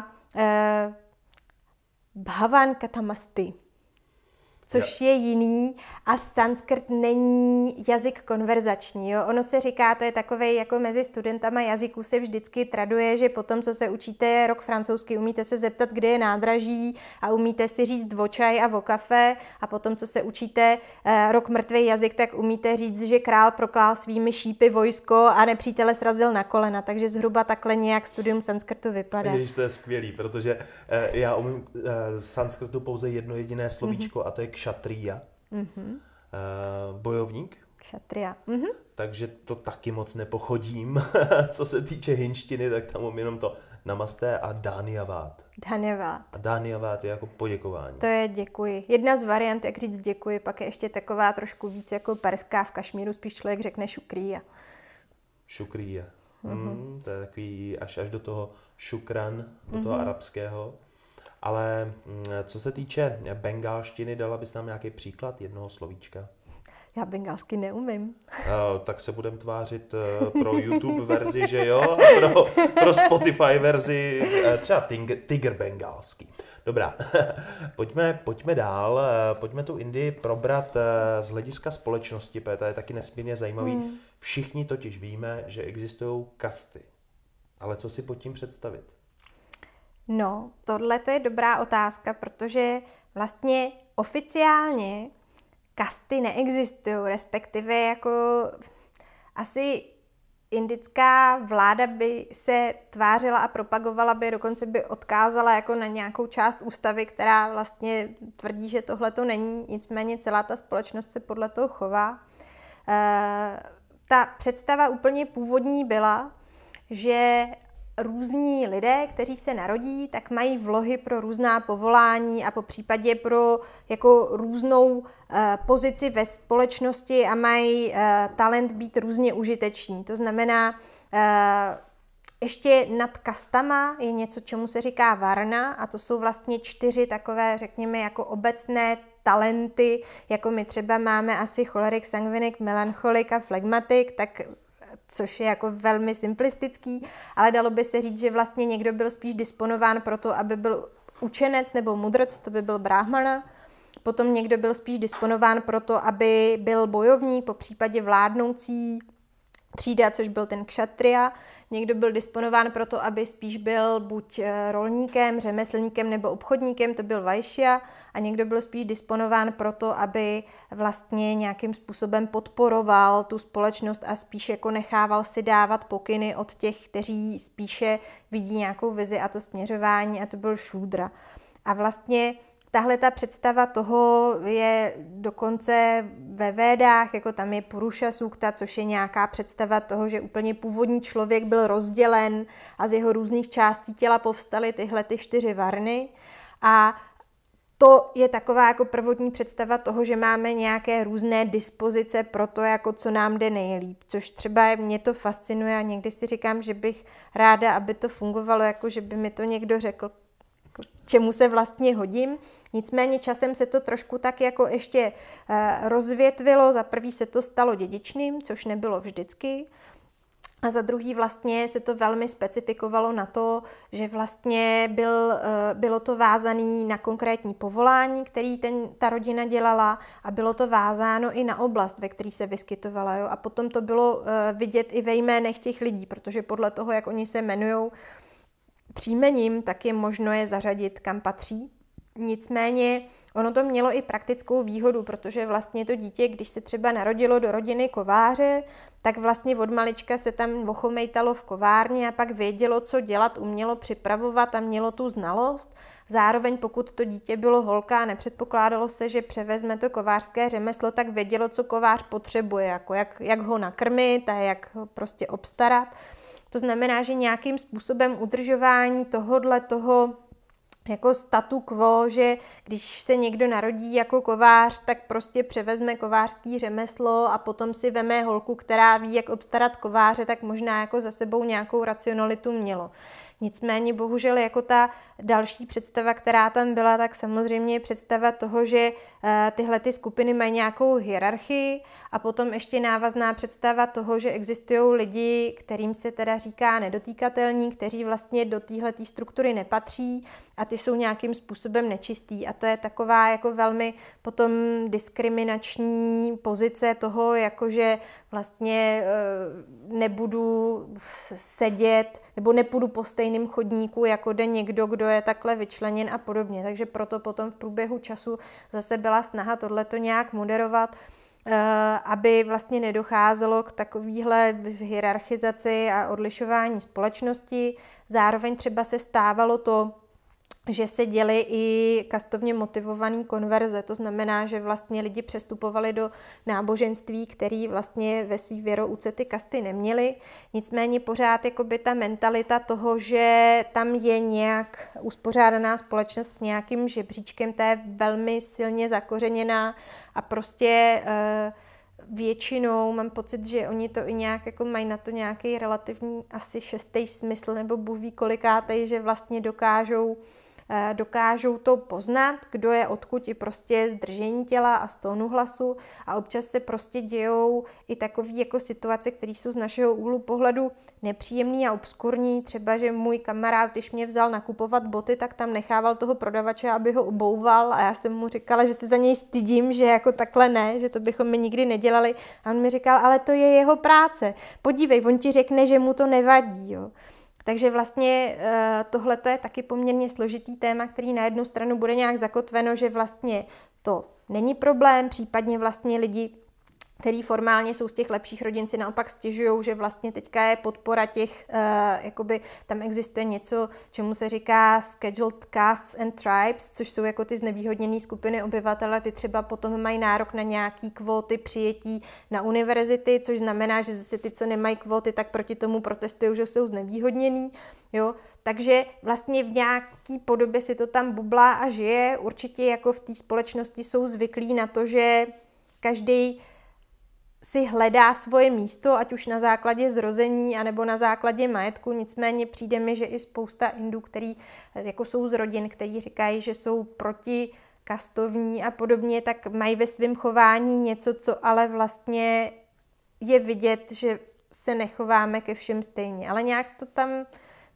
bhavan katamasti, což je jiný a sanskrt není jazyk konverzační. Jo? Ono se říká, to je takové jako mezi studentama jazyků se vždycky traduje, že potom, co se učíte rok francouzsky, umíte se zeptat, kde je nádraží a umíte si říct o čaj a o kafe a potom, co se učíte rok mrtvý jazyk, tak umíte říct, že král proklál svými šípy vojsko a nepřítele srazil na kolena. Takže zhruba takhle nějak studium sanskrtu vypadá. Ježiš, to je skvělý, protože já umím v sanskrtu pouze jedno jediné slovíčko a to je kšatriya, bojovník. Kšatriya. Takže to taky moc nepochodím. Co se týče hinštiny, tak tam mám jenom to namaste a dhanyavad. Dhanyavad. A dhanyavad je jako poděkování. To je děkuji. Jedna z variant, jak říct děkuji, pak je ještě taková trošku víc jako perská v Kašmíru, spíš člověk řekne šukriya. Šukriya. To je takový až do toho šukran, do toho arabského. Ale co se týče bengálštiny, dala bys nám nějaký příklad jednoho slovíčka? Já bengalsky neumím. Tak se budeme tvářit pro YouTube verzi, že jo? A pro Spotify verzi třeba Tiger bengálský. Dobrá, pojďme dál. Pojďme tu Indii probrat z hlediska společnosti, protože to je taky nesmírně zajímavý. Všichni totiž víme, že existují kasty. Ale co si pod tím představit? No, tohle to je dobrá otázka, protože vlastně oficiálně kasty neexistují, respektive jako asi indická vláda by se tvářila a propagovala by, dokonce by odkázala jako na nějakou část ústavy, která vlastně tvrdí, že tohle to není, nicméně celá ta společnost se podle toho chová. Ta představa úplně původní byla, že různí lidé, kteří se narodí, tak mají vlohy pro různá povolání a po případě pro jako různou pozici ve společnosti a mají talent být různě užiteční. To znamená, ještě nad kastama je něco, čemu se říká varna a to jsou vlastně 4 takové, řekněme, jako obecné talenty, jako my třeba máme asi cholerik, sangvinik, melancholik a flegmatik, tak což je jako velmi simplistický, ale dalo by se říct, že vlastně někdo byl spíš disponován pro to, aby byl učenec nebo mudrc, to by byl brahmana. Potom někdo byl spíš disponován pro to, aby byl bojovník, po případě vládnoucí třída, což byl ten kšatria. Někdo byl disponován pro to, aby spíš byl buď rolníkem, řemeslníkem nebo obchodníkem, to byl vajšia. A někdo byl spíš disponován pro to, aby vlastně nějakým způsobem podporoval tu společnost a spíš jako nechával si dávat pokyny od těch, kteří spíše vidí nějakou vizi a to směřování, a to byl šúdra. A vlastně tahle ta představa toho je dokonce ve Védách, jako tam je Purusha Sukta, což je nějaká představa toho, že úplně původní člověk byl rozdělen a z jeho různých částí těla povstaly tyhle ty 4 varny. A to je taková jako prvotní představa toho, že máme nějaké různé dispozice pro to, jako co nám jde nejlíp. Což třeba mě to fascinuje a někdy si říkám, že bych ráda, aby to fungovalo, jako že by mi to někdo řekl, čemu se vlastně hodím. Nicméně časem se to trošku tak jako ještě rozvětvilo. Za prvý se to stalo dědičným, což nebylo vždycky. A za druhý vlastně se to velmi specifikovalo na to, že vlastně bylo to vázané na konkrétní povolání, který ta rodina dělala, a bylo to vázáno i na oblast, ve které se vyskytovala. Jo? A potom to bylo vidět i ve jménech těch lidí, protože podle toho, jak oni se jmenujou příjmením, tak je možno je zařadit kam patří. Nicméně ono to mělo i praktickou výhodu, protože vlastně to dítě, když se třeba narodilo do rodiny kováře, tak vlastně od malička se tam ochomejtalo v kovárně a pak vědělo, co dělat, umělo připravovat a mělo tu znalost. Zároveň pokud to dítě bylo holka a nepředpokládalo se, že převezme to kovářské řemeslo, tak vědělo, co kovář potřebuje, jako jak ho nakrmit a jak ho prostě obstarat. To znamená, že nějakým způsobem udržování toho jako statu quo, že když se někdo narodí jako kovář, tak prostě převezme kovářský řemeslo a potom si veme holku, která ví, jak obstarat kováře, tak možná jako za sebou nějakou racionalitu mělo. Nicméně bohužel jako ta další představa, která tam byla, tak samozřejmě je představa toho, že tyhle ty skupiny mají nějakou hierarchii, a potom ještě návazná představa toho, že existují lidi, kterým se teda říká nedotýkatelní, kteří vlastně do téhleté struktury nepatří a ty jsou nějakým způsobem nečistý. A to je taková jako velmi potom diskriminační pozice toho, jakože vlastně nebudu sedět nebo nepůjdu po stejném chodníku, jako jde někdo, kdo je takhle vyčleněn a podobně. Takže proto potom v průběhu času zase byla snaha tohleto nějak moderovat, aby vlastně nedocházelo k takovéhle hierarchizaci a odlišování společnosti. Zároveň třeba se stávalo to, že se děly i kastovně motivované konverze. To znamená, že vlastně lidi přestupovali do náboženství, který vlastně ve svý věrouce ty kasty neměli. Nicméně pořád jakoby ta mentalita toho, že tam je nějak uspořádaná společnost s nějakým žebříčkem, ta je velmi silně zakořeněná a prostě většinou mám pocit, že oni to i nějak jako mají na to nějaký relativní asi 6. smysl nebo bůh ví kolikátej, že vlastně dokážou to poznat, kdo je odkud, i prostě zdržení těla a z tónu hlasu, a občas se prostě dějou i takové jako situace, které jsou z našeho úhlu pohledu nepříjemný a obskurní. Třeba, že můj kamarád, když mě vzal nakupovat boty, tak tam nechával toho prodavače, aby ho obouval, a já jsem mu říkala, že se za něj stydím, že jako takhle ne, že to bychom my nikdy nedělali, a on mi říkal, ale to je jeho práce. Podívej, on ti řekne, že mu to nevadí, jo. Takže vlastně tohle je taky poměrně složitý téma, který na jednu stranu bude nějak zakotveno, že vlastně to není problém, případně vlastně lidi, který formálně jsou z těch lepších rodin, si naopak stěžují, že vlastně teďka je podpora těch, jakoby tam existuje něco, čemu se říká scheduled castes and tribes, což jsou jako ty znevýhodněné skupiny obyvatel, ty třeba potom mají nárok na nějaký kvóty přijetí na univerzity, což znamená, že zase ty, co nemají kvóty, tak proti tomu protestují, že jsou znevýhodněný, jo. Takže vlastně v nějaký podobě si to tam bublá a žije. Určitě jako v té společnosti jsou zvyklí na to, že každý si hledá svoje místo, ať už na základě zrození, anebo na základě majetku. Nicméně přijde mi, že i spousta Indů, který jako jsou z rodin, který říkají, že jsou proti kastovní a podobně, tak mají ve svém chování něco, co ale vlastně je vidět, že se nechováme ke všem stejně. Ale nějak to tam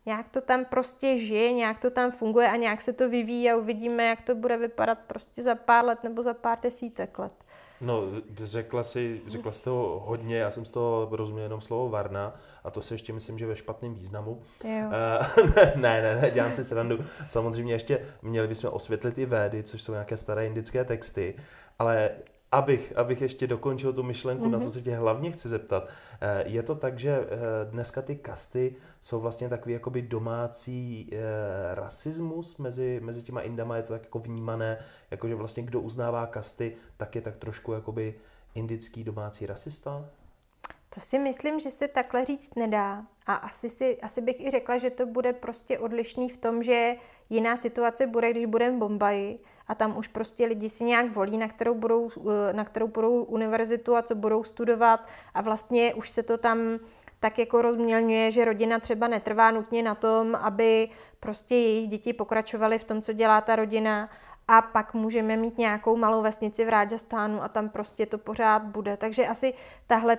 nějak to tam prostě žije, nějak to tam funguje a nějak se to vyvíjí a uvidíme, jak to bude vypadat prostě za pár let nebo za pár desítek let. No, řekla jsi toho hodně, já jsem z toho rozuměl jenom slovo varna a to se ještě myslím, že ve špatném významu. Jo. Ne, dělám si srandu. Samozřejmě ještě měli bychom osvětlit i védy, což jsou nějaké staré indické texty, ale abych ještě dokončil tu myšlenku, na co se tě hlavně chci zeptat. Je to tak, že dneska ty kasty jsou vlastně takový jakoby domácí rasismus mezi těma Indama, je to tak jako vnímané, jakože vlastně kdo uznává kasty, tak je tak trošku jakoby indický domácí rasista? To si myslím, že se takhle říct nedá. A asi bych i řekla, že to bude prostě odlišný v tom, že jiná situace bude, když budeme v Bombaji a tam už prostě lidi si nějak volí, na kterou budou univerzitu a co budou studovat a vlastně už se to tam tak jako rozmělňuje, že rodina třeba netrvá nutně na tom, aby prostě jejich děti pokračovaly v tom, co dělá ta rodina a pak můžeme mít nějakou malou vesnici v Rajastánu a tam prostě to pořád bude. Takže asi tahle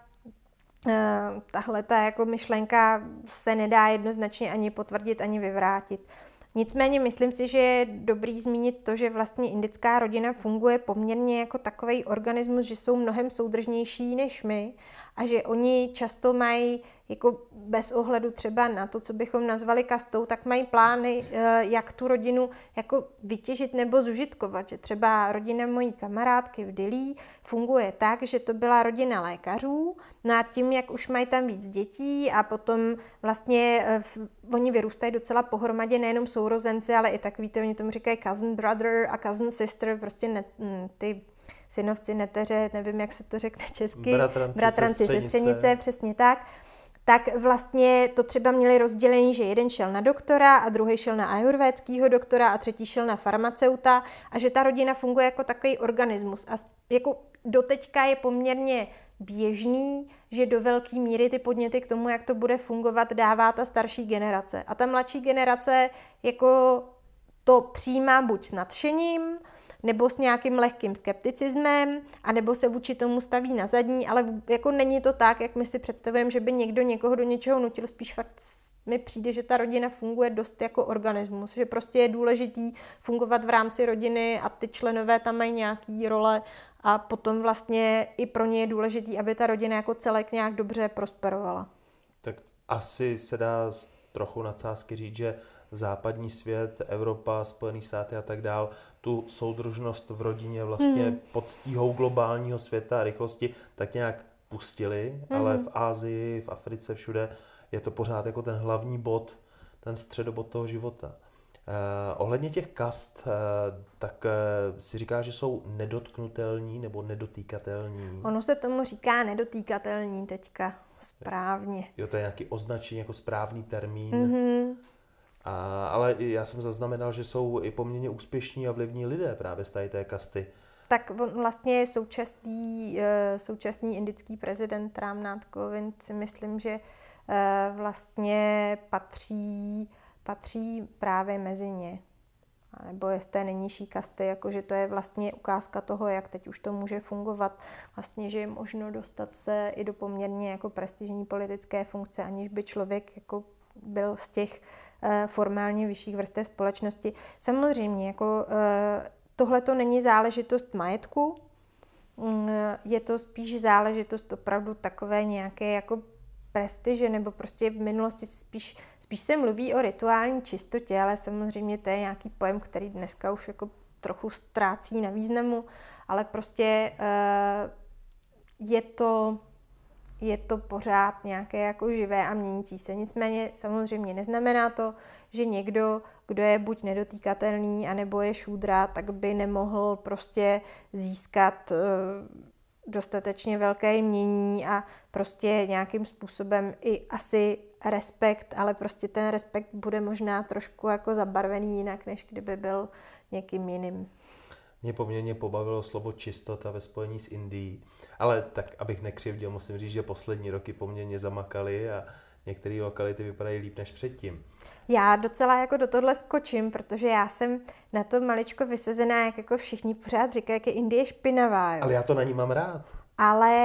jako myšlenka se nedá jednoznačně ani potvrdit, ani vyvrátit. Nicméně myslím si, že je dobrý zmínit to, že vlastně indická rodina funguje poměrně jako takový organismus, že jsou mnohem soudržnější než my a že oni často mají jako bez ohledu třeba na to, co bychom nazvali kastou, tak mají plány, jak tu rodinu jako vytěžit nebo zužitkovat. Že třeba rodina mojí kamarádky v Dillí funguje tak, že to byla rodina lékařů, no a tím, jak už mají tam víc dětí a potom vlastně oni vyrůstají docela pohromadě, nejenom sourozenci, ale i takový to, oni tomu říkají cousin brother a cousin sister, prostě ty synovci, neteře, nevím, jak se to řekne česky, bratranci, sestřenice, přesně tak. Tak vlastně to třeba měli rozdělení, že jeden šel na doktora a druhý šel na ajurvédského doktora a třetí šel na farmaceuta a že ta rodina funguje jako takový organismus. A jako doteďka je poměrně běžný, že do velké míry ty podněty k tomu, jak to bude fungovat, dává ta starší generace. A ta mladší generace jako to přijímá buď s nadšením, nebo s nějakým lehkým skepticismem, anebo se vůči tomu staví na zadní, ale jako není to tak, jak my si představujeme, že by někdo někoho do něčeho nutil, spíš fakt mi přijde, že ta rodina funguje dost jako organismus, že prostě je důležitý fungovat v rámci rodiny a ty členové tam mají nějaký role a potom vlastně i pro ně je důležitý, aby ta rodina jako celek nějak dobře prosperovala. Tak asi se dá trochu nadsázky říct, že západní svět, Evropa, Spojené státy a tak dál, tu soudržnost v rodině vlastně pod tíhou globálního světa a rychlosti tak nějak pustili, ale v Asii, v Africe, všude je to pořád jako ten hlavní bod, ten středobod toho života. Ohledně těch kast, tak si říká, že jsou nedotknutelní nebo nedotýkatelní. Ono se tomu říká nedotýkatelní teďka, správně. Jo, to je nějaký označení, jako správný termín. Ale já jsem zaznamenal, že jsou i poměrně úspěšní a vlivní lidé právě z té kasty. Tak vlastně současný indický prezident Ram Nath Kovind si myslím, že vlastně patří právě mezi ně. A nebo je z té nejnižší kasty, jakože to je vlastně ukázka toho, jak teď už to může fungovat. Vlastně, že je možno dostat se i do poměrně jako prestižní politické funkce, aniž by člověk jako byl z těch formálně vyšších vrstev společnosti. Samozřejmě, jako tohle to není záležitost majetku, je to spíš záležitost opravdu takové nějaké jako prestiže, nebo prostě v minulosti spíš se mluví o rituální čistotě, ale samozřejmě to je nějaký pojem, který dneska už jako trochu ztrácí na významu, ale prostě je to pořád nějaké jako živé a měnící se. Nicméně samozřejmě neznamená to, že někdo, kdo je buď nedotýkatelný, anebo je šúdra, tak by nemohl prostě získat dostatečně velké jmění a prostě nějakým způsobem i asi respekt, ale prostě ten respekt bude možná trošku jako zabarvený jinak, než kdyby byl někým jiným. Mě poměrně pobavilo slovo čistota ve spojení s Indií, ale tak, abych nekřivdil, musím říct, že poslední roky poměrně zamakaly a některé lokality vypadají líp než předtím. Já docela jako do tohle skočím, protože já jsem na to maličko vysazená, jak jako všichni pořád říkají, jak je Indie špinavá. Jo. Ale já to na ní mám rád. Ale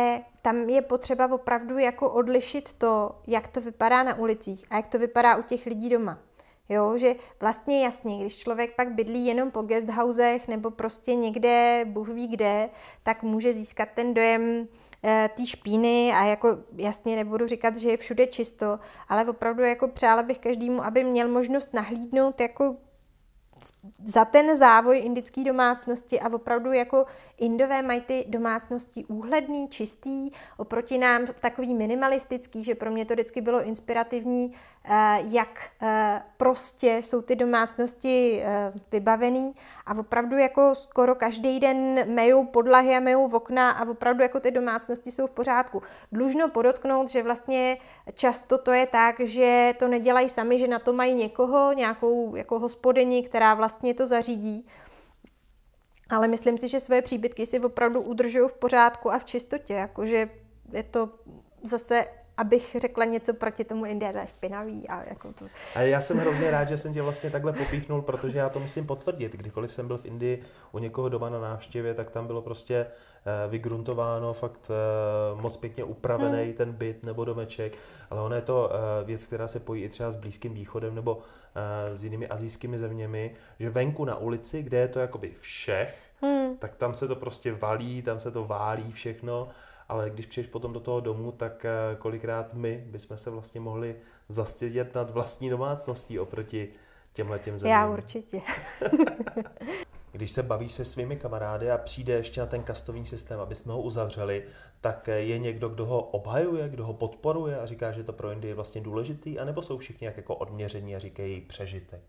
tam je potřeba opravdu jako odlišit to, jak to vypadá na ulicích a jak to vypadá u těch lidí doma. Jo, že vlastně jasně, když člověk pak bydlí jenom po guesthousech nebo prostě někde, Bůh ví kde, tak může získat ten dojem té špíny a jako jasně nebudu říkat, že je všude čisto, ale opravdu jako přála bych každému, aby měl možnost nahlídnout jako za ten závoj indické domácnosti a opravdu jako Indové mají ty domácnosti úhledný, čistý, oproti nám takový minimalistický, že pro mě to vždycky bylo inspirativní, jak prostě jsou ty domácnosti vybavený a opravdu jako skoro každý den mejou podlahy a mejou okna a opravdu jako ty domácnosti jsou v pořádku. Dlužno podotknout, že vlastně často to je tak, že to nedělají sami, že na to mají někoho, nějakou jako hospodyni, která vlastně to zařídí. Ale myslím si, že své příbytky si opravdu udržují v pořádku a v čistotě, jakože je to zase, abych řekla něco proti tomu, Indie je špinavý a jako to. A já jsem hrozně rád, že jsem tě vlastně takhle popíchnul, protože já to musím potvrdit. Kdykoliv jsem byl v Indii u někoho doma na návštěvě, tak tam bylo prostě vygruntováno, fakt moc pěkně upravený ten byt nebo domeček, ale ono je to věc, která se pojí i třeba s Blízkým východem nebo s jinými asijskými zeměmi, že venku na ulici, kde je to jakoby všech, tak tam se to prostě valí, tam se to válí všechno, ale když přijdeš potom do toho domu, tak kolikrát my bychom se vlastně mohli zastydět nad vlastní domácností oproti těmhletěm zemím. Já určitě. Když se bavíš se svými kamarády a přijde ještě na ten kastový systém, aby jsme ho uzavřeli, tak je někdo, kdo ho obhajuje, kdo ho podporuje a říká, že to pro Indii je vlastně důležitý, anebo jsou všichni jak jako odměření a říkají přežitek?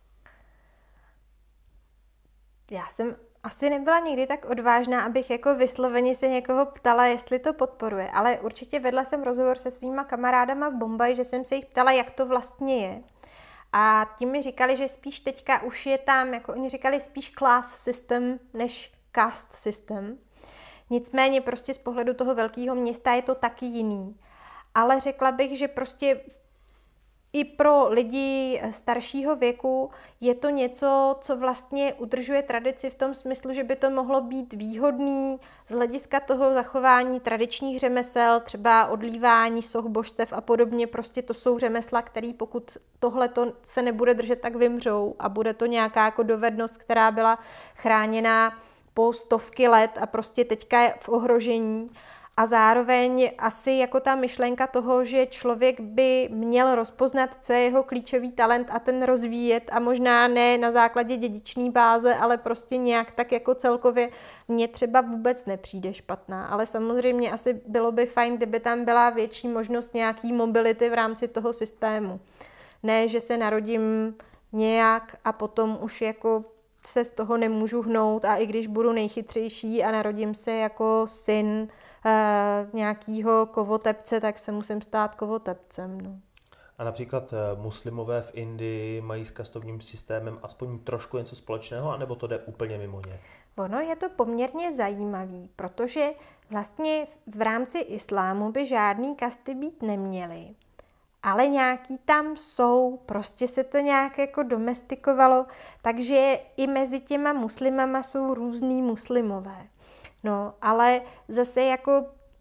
Já jsem asi nebyla nikdy tak odvážná, abych jako vysloveně se někoho ptala, jestli to podporuje, ale určitě vedla jsem rozhovor se svýma kamarádama v Bombaji, že jsem se jich ptala, jak to vlastně je. A ti mi říkali, že spíš teďka už je tam, jako oni říkali spíš class system než caste system. Nicméně prostě z pohledu toho velkého města je to taky jiný. Ale řekla bych, že prostě i pro lidi staršího věku je to něco, co vlastně udržuje tradici v tom smyslu, že by to mohlo být výhodný z hlediska toho zachování tradičních řemesel, třeba odlívání soch božstev a podobně. Prostě to jsou řemesla, které pokud tohle se nebude držet, tak vymřou a bude to nějaká jako dovednost, která byla chráněná po stovky let a prostě teďka je v ohrožení. A zároveň asi jako ta myšlenka toho, že člověk by měl rozpoznat, co je jeho klíčový talent a ten rozvíjet a možná ne na základě dědičné báze, ale prostě nějak tak jako celkově mně třeba vůbec nepřijde špatná. Ale samozřejmě asi bylo by fajn, kdyby tam byla větší možnost nějaký mobility v rámci toho systému. Ne, že se narodím nějak a potom už jako se z toho nemůžu hnout a i když budu nejchytřejší a narodím se jako syn nějakýho kovotepce, tak se musím stát kovotepcem. No. A například muslimové v Indii mají s kastovním systémem aspoň trošku něco společného, anebo to jde úplně mimo ně? Ono je to poměrně zajímavý, protože vlastně v rámci islámu by žádný kasty být neměly. Ale nějaký tam jsou, prostě se to nějak jako domestikovalo, takže i mezi těma muslimama jsou různý muslimové. No, ale zase jako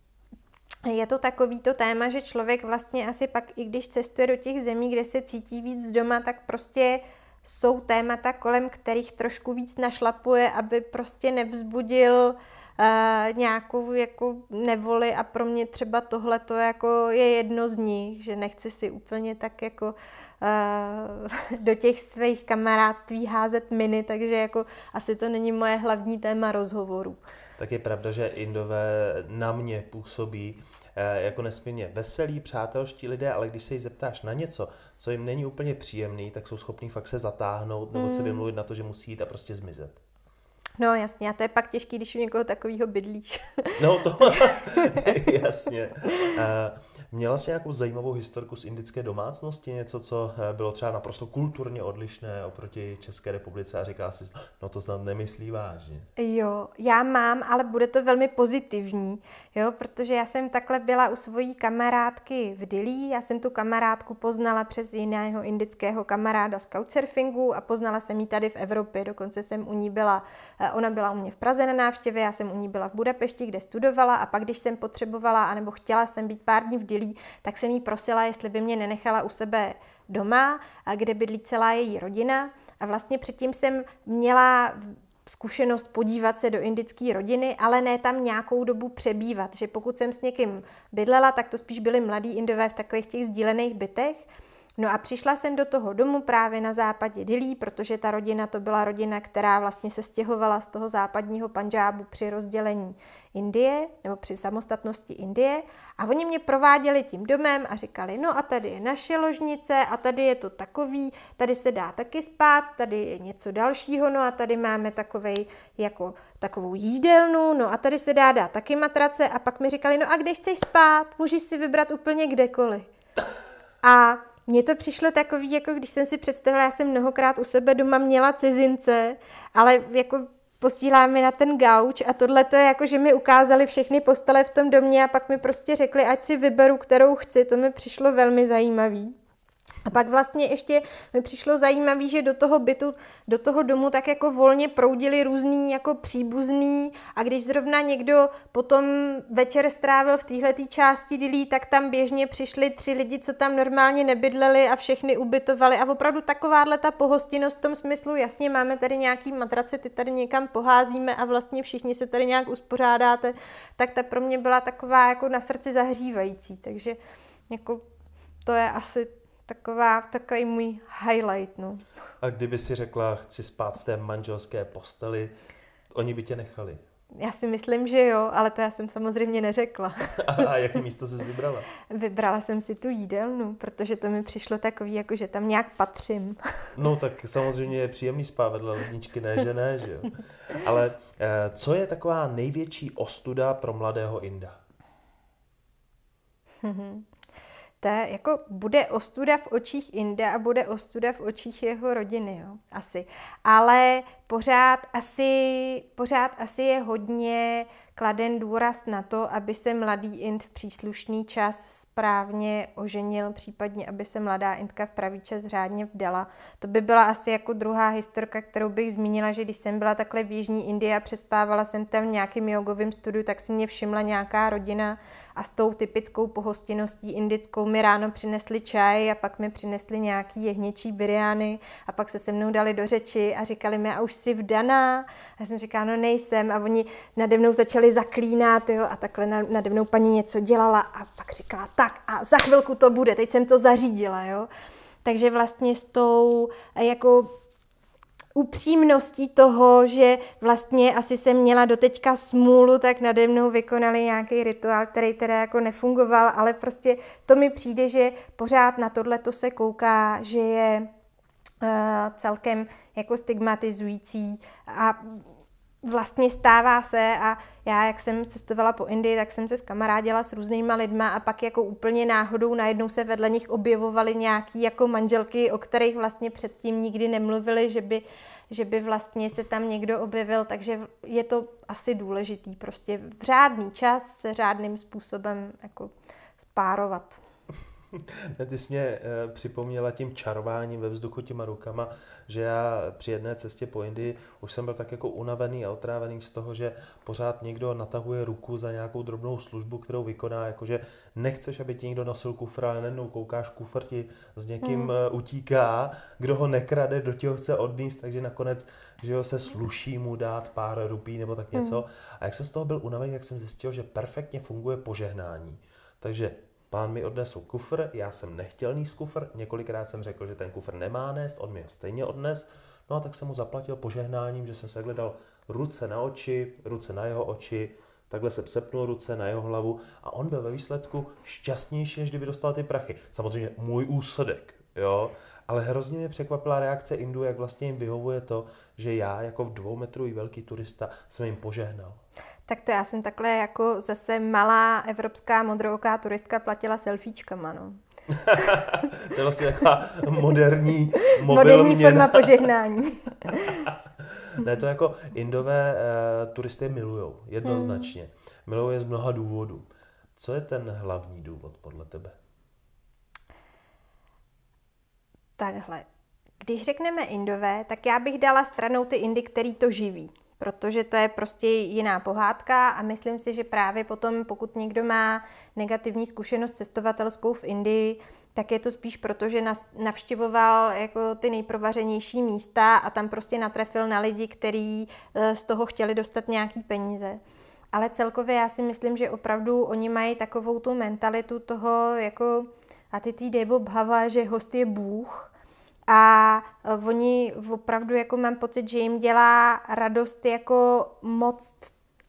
je to takovýto téma, že člověk vlastně asi pak, i když cestuje do těch zemí, kde se cítí víc doma, tak prostě jsou témata, kolem kterých trošku víc našlapuje, aby prostě nevzbudil nějakou jako nevoli a pro mě třeba tohle to jako je jedno z nich, že nechci si úplně tak jako do těch svých kamarádství házet miny, takže jako asi to není moje hlavní téma rozhovoru. Tak je pravda, že Indové na mě působí jako nesmírně veselí, přátelští lidé, ale když se jí zeptáš na něco, co jim není úplně příjemný, tak jsou schopní fakt se zatáhnout nebo se vymluvit na to, že musí jít a prostě zmizet. No jasně, a to je pak těžký, když u někoho takového bydlíš. No to jasně. Měla jsi nějakou zajímavou historku z indické domácnosti, něco, co bylo třeba naprosto kulturně odlišné oproti České republice a říká si, no to snad nemyslí vážně. Jo, já mám, ale bude to velmi pozitivní, jo, protože já jsem takhle byla u svojí kamarádky v Dillí, já jsem tu kamarádku poznala přes jiného indického kamaráda z couchsurfingu a poznala jsem ji tady v Evropě, dokonce jsem u ní byla, ona byla u mě v Praze na návštěvě, já jsem u ní byla v Budapešti, kde studovala a pak, když jsem potřebovala, anebo chtěla jsem být pár dní v Dillí, tak jsem jí prosila, jestli by mě nenechala u sebe doma, kde bydlí celá její rodina. A vlastně předtím jsem měla zkušenost podívat se do indické rodiny, ale ne tam nějakou dobu přebývat. Že pokud jsem s někým bydlela, tak to spíš byli mladí Indové v takových těch sdílených bytech. No a přišla jsem do toho domu právě na západě Dillí, protože ta rodina to byla rodina, která vlastně se stěhovala z toho západního Pandžábu při rozdělení Indie, nebo při samostatnosti Indie. A oni mě prováděli tím domem a říkali, no a tady je naše ložnice a tady je to takový, tady se dá taky spát, tady je něco dalšího, no a tady máme takovou jídelnu, no a tady se dát taky matrace a pak mi říkali, no a kde chceš spát, můžeš si vybrat úplně kdekoliv. A mně to přišlo takový, jako když jsem si představila, já jsem mnohokrát u sebe doma měla cizince, ale jako posíláme na ten gauč a tohle to je jako, že mi ukázali všechny postele v tom domě a pak mi prostě řekli, ať si vyberu, kterou chci, to mi přišlo velmi zajímavý. A pak vlastně ještě mi přišlo zajímavé, že do toho bytu, do toho domu tak jako volně proudili různý jako příbuzný a když zrovna někdo potom večer strávil v téhletý části Dillí, tak tam běžně přišli 3 lidi, co tam normálně nebydleli a všechny ubytovali a opravdu takováhle ta pohostinnost v tom smyslu, jasně máme tady nějaký matrace, ty tady někam poházíme a vlastně všichni se tady nějak uspořádáte, tak ta pro mě byla taková jako na srdci zahřívající, takže jako to je asi takový můj highlight, no. A kdyby si řekla, chci spát v té manželské posteli, oni by tě nechali? Já si myslím, že jo, ale to já jsem samozřejmě neřekla. A jaké místo jsi vybrala? Vybrala jsem si tu jídelnu, protože to mi přišlo takový, jako že tam nějak patřím. No tak samozřejmě je příjemný spát vedle ledničky, ne, že jo. Ale co je taková největší ostuda pro mladého Inda? To je, jako bude ostuda v očích Inda a bude ostuda v očích jeho rodiny, jo, asi. Ale pořád asi je hodně kladen důraz na to, aby se mladý Ind v příslušný čas správně oženil, případně aby se mladá Indka v pravý čas řádně vdala. To by byla asi jako druhá historka, kterou bych zmínila, že když jsem byla takhle v Jižní Indii a přespávala jsem tam v nějakým jogovým studiu, tak si mě všimla nějaká rodina a s tou typickou pohostinností indickou mi ráno přinesli čaj a pak mi přinesli nějaký jehněčí biryány a pak se mnou dali do řeči a říkali mi, a už jsi vdaná? A já jsem říkala, no nejsem. A oni nade mnou začali zaklínat, jo, a takhle nade mnou paní něco dělala a pak říkala, tak a za chvilku to bude, teď jsem to zařídila, jo. Takže vlastně s tou jako upřímností toho, že vlastně asi jsem měla doteďka smůlu, tak nade mnou vykonali nějaký rituál, který teda jako nefungoval, ale prostě to mi přijde, že pořád na tohleto se kouká, že je celkem jako stigmatizující a vlastně stává se a já, jak jsem cestovala po Indii, tak jsem se skamarádila s různýma lidma a pak jako úplně náhodou najednou se vedle nich objevovaly nějaký jako manželky, o kterých vlastně předtím nikdy nemluvili, že by vlastně se tam někdo objevil, takže je to asi důležitý prostě v řádný čas se řádným způsobem jako spárovat. Ty jsi mě připomněla tím čarováním ve vzduchu těma rukama, že já při jedné cestě po Indii už jsem byl tak jako unavený a otrávený z toho, že pořád někdo natahuje ruku za nějakou drobnou službu, kterou vykoná, jakože nechceš, aby ti někdo nosil kufr, ale najednou koukáš, kufr ti s někým utíká, kdo ho nekrade, do těho chce odníst, takže nakonec, že ho se sluší mu dát pár rupí nebo tak něco. A jak jsem z toho byl unavený, jak jsem zjistil, že perfektně funguje požehnání. Takže pán mi odnesl kufr, já jsem nechtěl nést kufr, několikrát jsem řekl, že ten kufr nemá nést, on mi ho stejně odnes, no a tak jsem mu zaplatil požehnáním, že jsem se dal ruce na oči, ruce na jeho oči, takhle se sepnul ruce na jeho hlavu a on byl ve výsledku šťastnější, než kdyby dostal ty prachy. Samozřejmě můj úsudek, jo, ale hrozně mě překvapila reakce Indů, jak vlastně jim vyhovuje to, že já jako 2metrový velký turista jsem jim požehnal. Tak to já jsem takhle jako zase malá evropská modrooká turistka platila selfiečkama, no. To je vlastně taková moderní moderní forma požehnání. Ne, to jako Indové turisty milujou, jednoznačně. Milujou je z mnoha důvodů. Co je ten hlavní důvod podle tebe? Takhle. Když řekneme Indové, tak já bych dala stranou ty Indy, který to živí. Protože to je prostě jiná pohádka a myslím si, že právě potom, pokud někdo má negativní zkušenost cestovatelskou v Indii, tak je to spíš proto, že navštěvoval jako ty nejprovařenější místa a tam prostě natrefil na lidi, kteří z toho chtěli dostat nějaký peníze. Ale celkově já si myslím, že opravdu oni mají takovou tu mentalitu toho jako Atiti Devo Bhava, že host je Bůh. A oni opravdu jako mám pocit, že jim dělá radost jako moc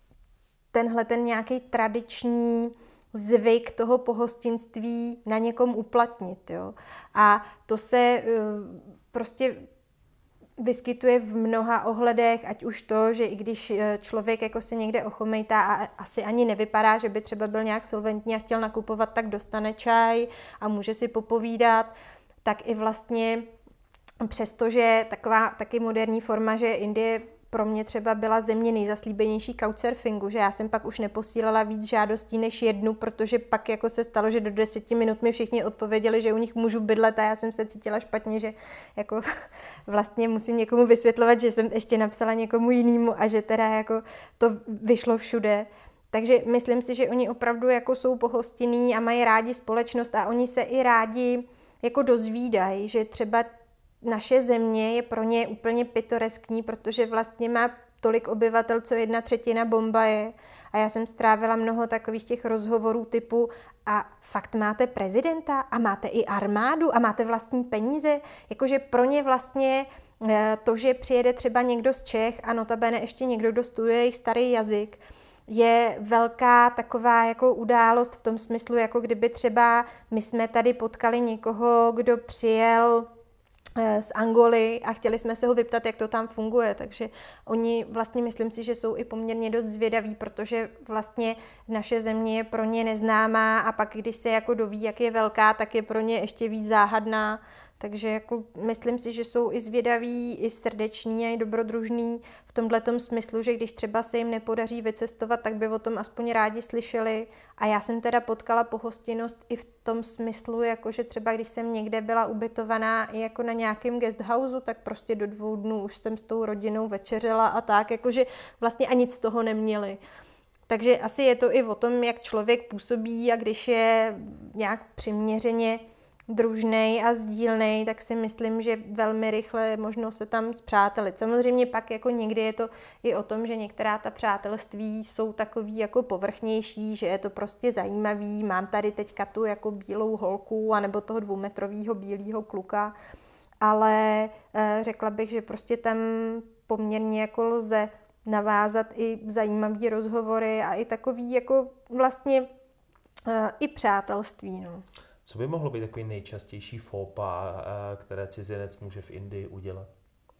tenhle ten nějaký tradiční zvyk toho pohostinství na někom uplatnit. Jo. A to se prostě vyskytuje v mnoha ohledech, ať už to, že i když člověk jako se někde ochomejtá a asi ani nevypadá, že by třeba byl nějak solventní a chtěl nakupovat, tak dostane čaj a může si popovídat, tak i vlastně přestože taková taky moderní forma, že Indie pro mě třeba byla země nejzaslíbenější couchsurfingu, že já jsem pak už neposílala víc žádostí než jednu, protože pak jako se stalo, že do 10 minut mi všichni odpověděli, že u nich můžu bydlet a já jsem se cítila špatně, že jako vlastně musím někomu vysvětlovat, že jsem ještě napsala někomu jinému a že teda jako to vyšlo všude. Takže myslím si, že oni opravdu jako jsou pohostinní a mají rádi společnost a oni se i rádi jako dozvídají, že třeba naše země je pro ně úplně pitoreskní, protože vlastně má tolik obyvatel, co 1/3 Bombaje. A já jsem strávila mnoho takových těch rozhovorů typu a fakt máte prezidenta a máte i armádu a máte vlastní peníze. Jakože pro ně vlastně to, že přijede třeba někdo z Čech a notabene ještě někdo, kdo studuje jejich starý jazyk, je velká taková jako událost v tom smyslu, jako kdyby třeba my jsme tady potkali někoho, kdo přijel z Angoly a chtěli jsme se ho vyptat, jak to tam funguje, takže oni vlastně myslím si, že jsou i poměrně dost zvědaví, protože vlastně naše země je pro ně neznámá a pak, když se jako doví, jak je velká, tak je pro ně ještě víc záhadná, takže jako myslím si, že jsou i zvědaví, i srdeční a i dobrodružní v tomhletom smyslu, že když třeba se jim nepodaří vycestovat, tak by o tom aspoň rádi slyšeli. A já jsem teda potkala pohostinnost i v tom smyslu, jako že třeba když jsem někde byla ubytovaná i jako na nějakém guesthouseu, tak prostě do 2 dnů už jsem s tou rodinou večeřela a tak, jakože vlastně a nic z toho neměli. Takže asi je to i o tom, jak člověk působí a když je nějak přiměřeně družnej a sdílnej, tak si myslím, že velmi rychle je možno se tam spřátelit. Samozřejmě pak jako někdy je to i o tom, že některá ta přátelství jsou takový jako povrchnější, že je to prostě zajímavý, mám tady teďka tu jako bílou holku anebo toho 2metrového bílého kluka, ale řekla bych, že prostě tam poměrně jako lze navázat i zajímavý rozhovory a i takový jako vlastně i přátelství, no. Co by mohlo být takový nejčastější faux pas, které cizinec může v Indii udělat?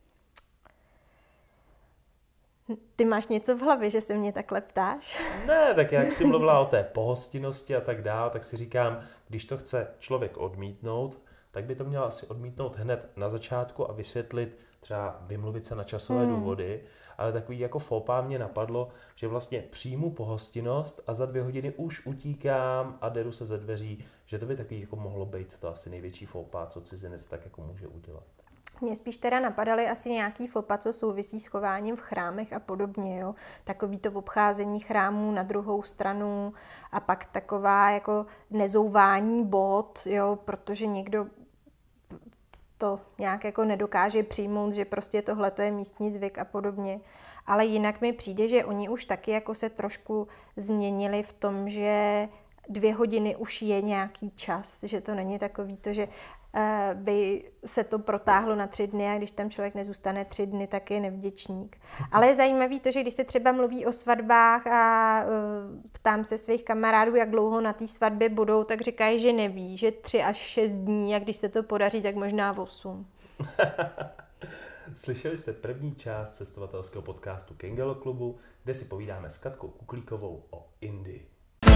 Ty máš něco v hlavě, že se mě takhle ptáš? Ne, tak jak jsi mluvila o té pohostinnosti a tak dále, tak si říkám, když to chce člověk odmítnout, tak by to měl asi odmítnout hned na začátku a vysvětlit, třeba vymluvit se na časové důvody, ale takový jako faux pas mě napadlo, že vlastně přijmu pohostinnost a za 2 hodiny už utíkám a deru se ze dveří, že to by takový jako mohlo být to asi největší faux pas, co cizinec tak jako může udělat. Mně spíš teda napadaly asi nějaký faux pas, co souvisí s chováním v chrámech a podobně, jo. Takový to obcházení chrámů na druhou stranu a pak taková jako nezouvání bot, jo, protože někdo to nějak jako nedokáže přijmout, že prostě tohle to je místní zvyk a podobně. Ale jinak mi přijde, že oni už taky jako se trošku změnili v tom, že 2 hodiny už je nějaký čas, že to není takový to, že by se to protáhlo na 3 dny a když tam člověk nezůstane 3 dny, tak je nevděčník. Ale je zajímavý to, že když se třeba mluví o svatbách a ptám se svých kamarádů, jak dlouho na té svatbě budou, tak říkají, že neví, že 3 až 6 dní a když se to podaří, tak možná 8. Slyšeli jste první část cestovatelského podcastu Kengelo klubu, kde si povídáme s Katkou Kuklíkovou o Indii.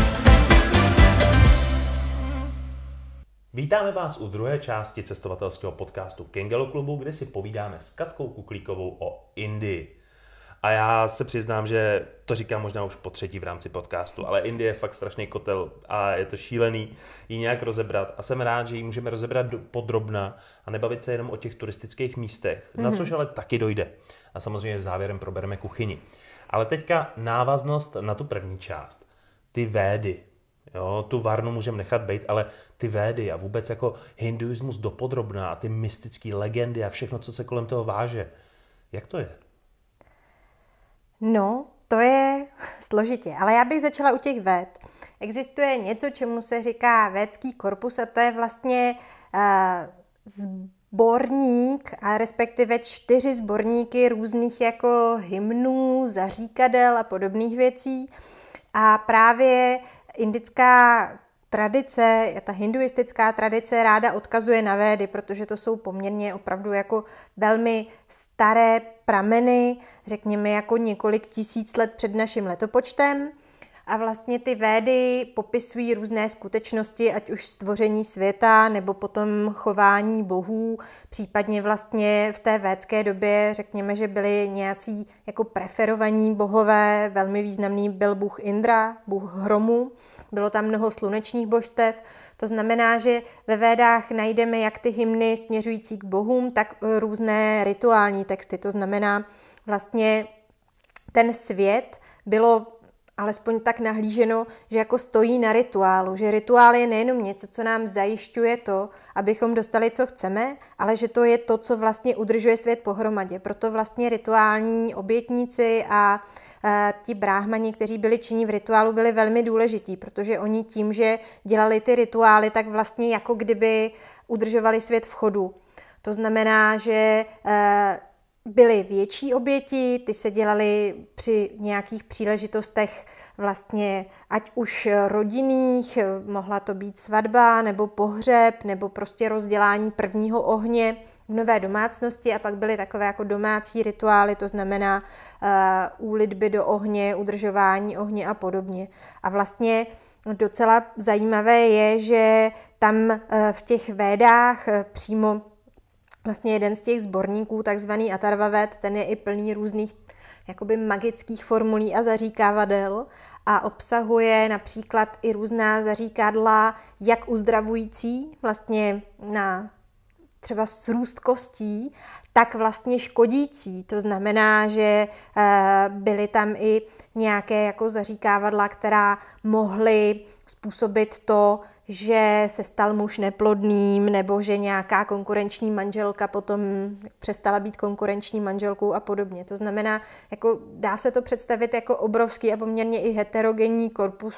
Vítáme vás u druhé části cestovatelského podcastu Kengelu klubu, kde si povídáme s Katkou Kuklíkovou o Indii. A já se přiznám, že to říkám možná už po třetí v rámci podcastu, ale Indie je fakt strašný kotel a je to šílený ji nějak rozebrat. A jsem rád, že ji můžeme rozebrat podrobna a nebavit se jenom o těch turistických místech, na což ale taky dojde. A samozřejmě závěrem probereme kuchyni. Ale teďka návaznost na tu první část. Ty védy. Jo, tu varnu můžeme nechat bejt, ale ty védy a vůbec jako hinduismus dopodrobná a ty mystické legendy a všechno, co se kolem toho váže. Jak to je? No, to je složitě, ale já bych začala u těch véd. Existuje něco, čemu se říká védský korpus a to je vlastně sborník, a respektive 4 sborníky různých jako hymnů, zaříkadel a podobných věcí. A právě indická tradice, ta hinduistická tradice ráda odkazuje na védy, protože to jsou poměrně opravdu jako velmi staré prameny, řekněme jako několik tisíc let před naším letopočtem. A vlastně ty védy popisují různé skutečnosti, ať už stvoření světa, nebo potom chování bohů, případně vlastně v té védské době řekněme, že byli nějací jako preferovaní bohové, velmi významný byl bůh Indra, bůh hromu, bylo tam mnoho slunečních božstev, to znamená, že ve védách najdeme jak ty hymny směřující k bohům, tak různé rituální texty, to znamená vlastně ten svět bylo alespoň tak nahlíženo, že jako stojí na rituálu, že rituál je nejenom něco, co nám zajišťuje to, abychom dostali, co chceme, ale že to je to, co vlastně udržuje svět pohromadě. Proto vlastně rituální obětníci a ti bráhmani, kteří byli činní v rituálu, byli velmi důležití, protože oni tím, že dělali ty rituály, tak vlastně jako kdyby udržovali svět v chodu. To znamená, že byly větší oběti, ty se dělaly při nějakých příležitostech vlastně ať už rodinných, mohla to být svatba nebo pohřeb, nebo prostě rozdělání prvního ohně v nové domácnosti a pak byly takové jako domácí rituály, to znamená úlitby do ohně, udržování ohně a podobně. A vlastně docela zajímavé je, že tam v těch védách přímo vlastně jeden z těch sborníků, takzvaný Atharvaved, ten je i plný různých jakoby magických formulí a zaříkávadel a obsahuje například i různá zaříkadla, jak uzdravující vlastně na třeba srůst kostí, tak vlastně škodící. To znamená, že byly tam i nějaké jako zaříkávadla, která mohly způsobit to, že se stal muž neplodným, nebo že nějaká konkurenční manželka potom přestala být konkurenční manželkou a podobně. To znamená, jako dá se to představit jako obrovský a poměrně i heterogenní korpus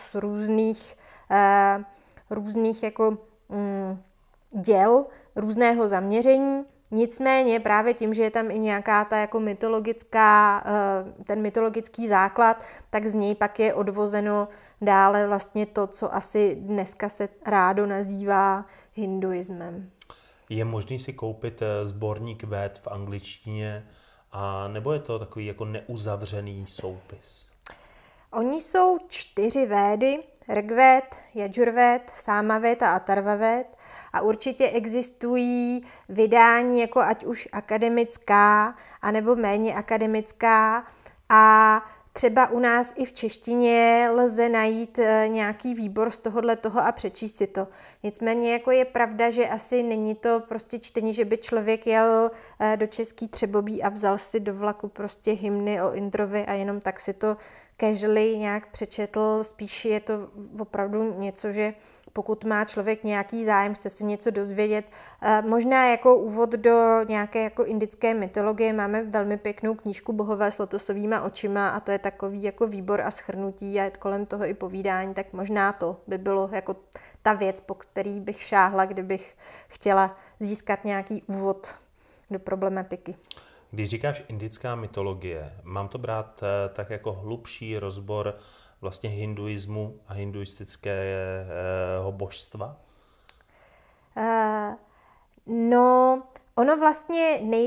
různých jako děl, různého zaměření. Nicméně právě tím, že je tam i nějaká ta jako ten mytologický základ, tak z něj pak je odvozeno dále vlastně to, co asi dneska se rádo nazývá hinduismem. Je možný si koupit sborník véd v angličtině, a nebo je to takový jako neuzavřený soupis? Oni jsou 4 védy, Rigved, Yajurved, Sámaved a Atharvaved. A určitě existují vydání jako ať už akademická, anebo méně akademická a třeba u nás i v češtině lze najít nějaký výbor z toho a přečíst si to. Nicméně jako je pravda, že asi není to prostě čtení, že by člověk jel do Český Třebobí a vzal si do vlaku prostě hymny o Indrovi a jenom tak si to casually nějak přečetl. Spíš je to opravdu něco, že pokud má člověk nějaký zájem, chce se něco dozvědět. Možná jako úvod do nějaké jako indické mytologie máme velmi pěknou knížku Bohové s lotosovýma očima a to je takový jako výbor a shrnutí a je kolem toho i povídání, tak možná to by bylo jako ta věc, po který bych šáhla, kdybych chtěla získat nějaký úvod do problematiky. Když říkáš indická mytologie, mám to brát tak jako hlubší rozbor vlastně hinduismu a hinduistického božstva? No, ono vlastně nejde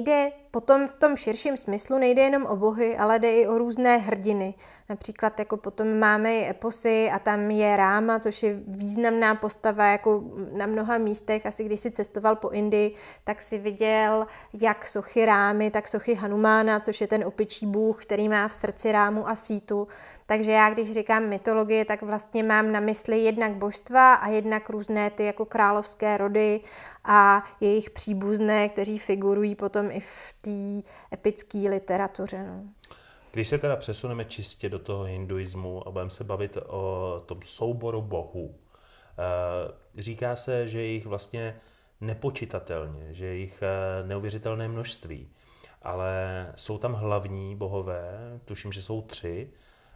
potom v tom širším smyslu nejde jenom o bohy, ale jde i o různé hrdiny. Například jako potom máme i eposy a tam je Ráma, což je významná postava jako na mnoha místech. Asi když si cestoval po Indii, tak si viděl jak sochy Rámy, tak sochy Hanumána, což je ten opičí bůh, který má v srdci Rámu a Sítu. Takže já, když říkám mytologie, tak vlastně mám na mysli jednak božstva a jednak různé ty jako královské rody a jejich příbuzné, kteří figurují potom i v té epické literatuře. No. Když se teda přesuneme čistě do toho hinduismu a budeme se bavit o tom souboru bohů, říká se, že je jich vlastně nepočitatelně, že je jich neuvěřitelné množství, ale jsou tam hlavní bohové, tuším, že jsou 3,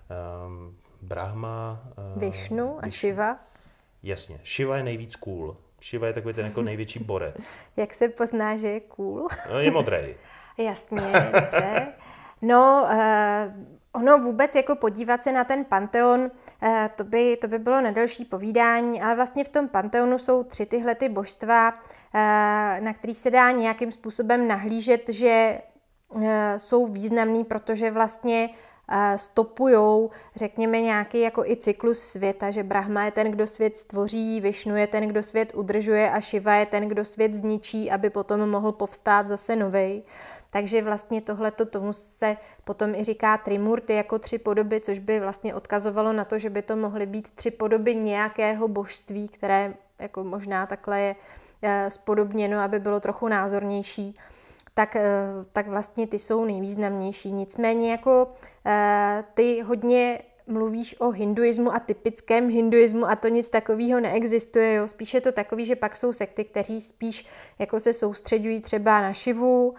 Brahma, Višnu a Shiva. Jasně, Shiva je nejvíc cool. Shiva je takový ten jako největší borec. Jak se pozná, že je cool? No, je modrej. Jasně, dobře. No, ono vůbec jako podívat se na ten panteon, to by bylo na delší povídání, ale vlastně v tom panteonu jsou 3 tyhle ty božstva, na který se dá nějakým způsobem nahlížet, že jsou významný, protože vlastně stopujou, řekněme, nějaký jako i cyklus světa, že Brahma je ten, kdo svět stvoří, Višnu je ten, kdo svět udržuje a Shiva je ten, kdo svět zničí, aby potom mohl povstát zase novej. Takže vlastně tohleto tomu se potom i říká Trimurti jako 3 podoby, což by vlastně odkazovalo na to, že by to mohly být 3 podoby nějakého božství, které jako možná takhle je spodobněno, aby bylo trochu názornější. Tak vlastně ty jsou nejvýznamnější. Nicméně jako ty hodně mluvíš o hinduismu a typickém hinduismu a to nic takového neexistuje. Jo. Spíš je to takový, že pak jsou sekty, kteří spíš jako se soustředují třeba na Šivu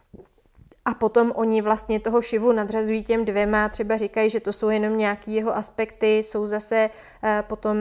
a potom oni vlastně toho Šivu nadřazují těm 2, třeba říkají, že to jsou jenom nějaký jeho aspekty, jsou zase potom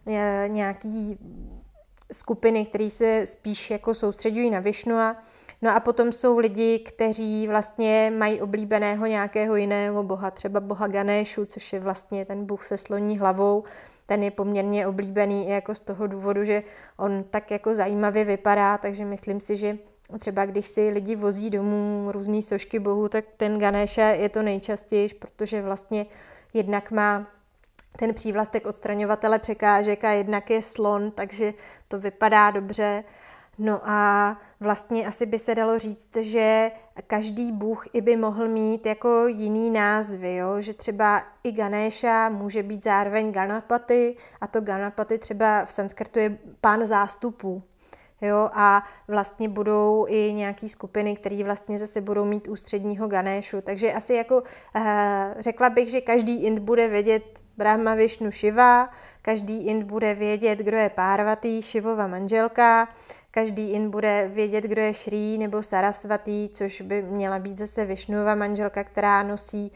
nějaký skupiny, které se spíš jako soustředují na Višnua. No a potom jsou lidi, kteří vlastně mají oblíbeného nějakého jiného boha, třeba boha Ganéšu, což je vlastně ten bůh se sloní hlavou. Ten je poměrně oblíbený i jako z toho důvodu, že on tak jako zajímavě vypadá, takže myslím si, že třeba když si lidi vozí domů různý sošky bohů, tak ten Ganéša je to nejčastější, protože vlastně jednak má ten přívlastek odstraňovatele překážek a jednak je slon, takže to vypadá dobře. No a vlastně asi by se dalo říct, že každý bůh i by mohl mít jako jiný názvy, jo? Že třeba i Ganéša může být zároveň Ganapati a to Ganapati třeba v sanskrtu je pán zástupů. Jo? A vlastně budou i nějaký skupiny, které vlastně zase budou mít ústředního Ganéšu. Takže asi jako řekla bych, že každý Ind bude vědět Brahma, Višnu, Shiva, každý Ind bude vědět, kdo je Parvati, Shivova manželka, každý Ind bude vědět, kdo je Shri nebo Sarasvati, což by měla být zase Višnova manželka, která nosí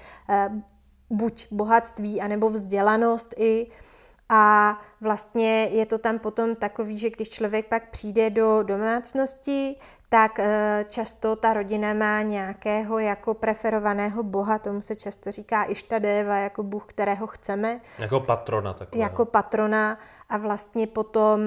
buď bohatství, anebo vzdělanost i. A vlastně je to tam potom takový, že když člověk pak přijde do domácnosti, tak často ta rodina má nějakého jako preferovaného boha, tomu se často říká Ištadeva, jako bůh, kterého chceme. Jako patrona takového. Jako patrona a vlastně potom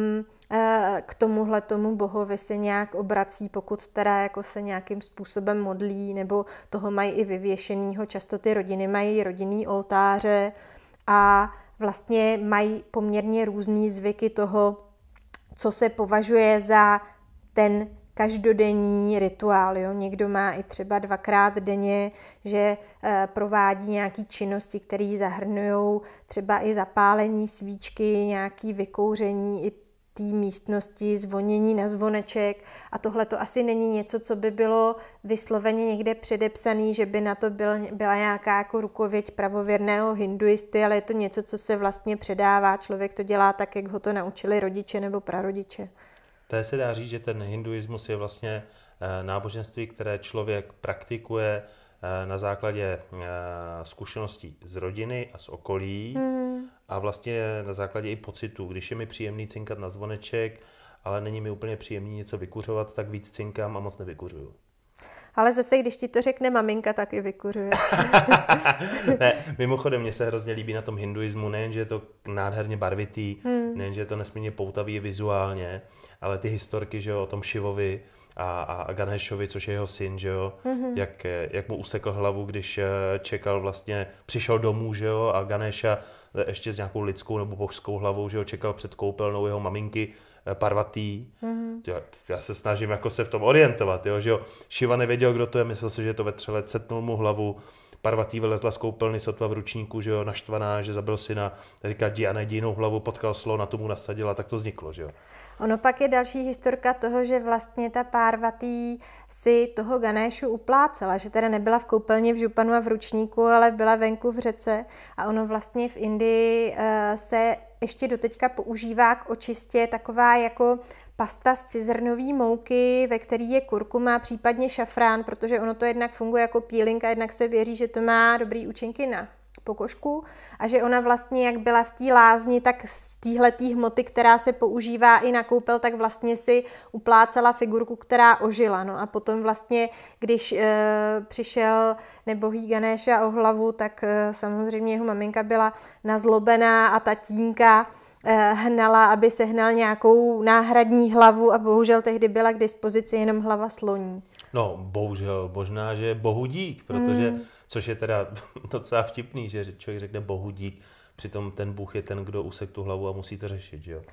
k tomuhle tomu bohovi se nějak obrací, pokud teda jako se nějakým způsobem modlí, nebo toho mají i vyvěšenýho. Často ty rodiny mají rodinný oltáře a vlastně mají poměrně různý zvyky toho, co se považuje za ten každodenní rituál. Jo? Někdo má i třeba 2krát denně, že provádí nějaké činnosti, které zahrnují třeba i zapálení svíčky, nějaké vykouření i té místnosti, zvonění na zvoneček a tohle to asi není něco, co by bylo vysloveně někde předepsané, že by na to byla nějaká jako rukověď pravověrného hinduisty, ale je to něco, co se vlastně předává. Člověk to dělá tak, jak ho to naučili rodiče nebo prarodiče. To se dá říct, že ten hinduismus je vlastně náboženství, které člověk praktikuje na základě zkušeností z rodiny a z okolí a vlastně na základě i pocitů. Když je mi příjemný cinkat na zvoneček, ale není mi úplně příjemný něco vykuřovat, tak víc cinkám a moc nevykuřuju. Ale zase, když ti to řekne maminka, tak i vykuřuješ. Ne, mimochodem, mně se hrozně líbí na tom hinduismu, nejen, že je to nádherně barvitý, nejen, že je to nesmírně poutavý vizuálně, ale ty historky, že jo, o tom Šivovi a Ganešovi, což je jeho syn, že jo, jak mu usekl hlavu, když čekal vlastně, přišel domů, že jo, a Ganesha ještě s nějakou lidskou nebo božskou hlavou, že jo, čekal před koupelnou jeho maminky Parvatí. Já se snažím jako se v tom orientovat, jo, že jo. Shiva nevěděl, kdo to je, myslel si, že je to vetřelec, setnul mu hlavu, Parvatí vylezla z koupelny sotva v ručníku, že jo, naštvaná, že zabil syna, říká, jdi a najdi jinou hlavu, potkal slon, na tomu nasadila, tak to vzniklo, že jo. Ono pak je další historka toho, že vlastně ta Parvatí si toho Ganešu uplácela, že teda nebyla v koupelně v županu a v ručníku, ale byla venku v řece a ono vlastně v Indii se ještě doteďka používá k očistě taková jako pasta z cizrnové mouky, ve který je kurkuma, případně šafrán, protože ono to jednak funguje jako peeling a jednak se věří, že to má dobrý účinky na pokožku a že ona vlastně, jak byla v té lázni, tak z téhletý hmoty, která se používá i na koupel, tak vlastně si uplácela figurku, která ožila. No a potom vlastně, když přišel nebohý Ganesha o hlavu, tak samozřejmě jeho maminka byla nazlobená a tatínka hnala, aby sehnal nějakou náhradní hlavu a bohužel tehdy byla k dispozici jenom hlava sloní. No, bohužel, možná, že bohu dík, protože, což je teda docela vtipný, že člověk řekne bohu dík, přitom ten Bůh je ten, kdo usek tu hlavu a musí to řešit, že jo.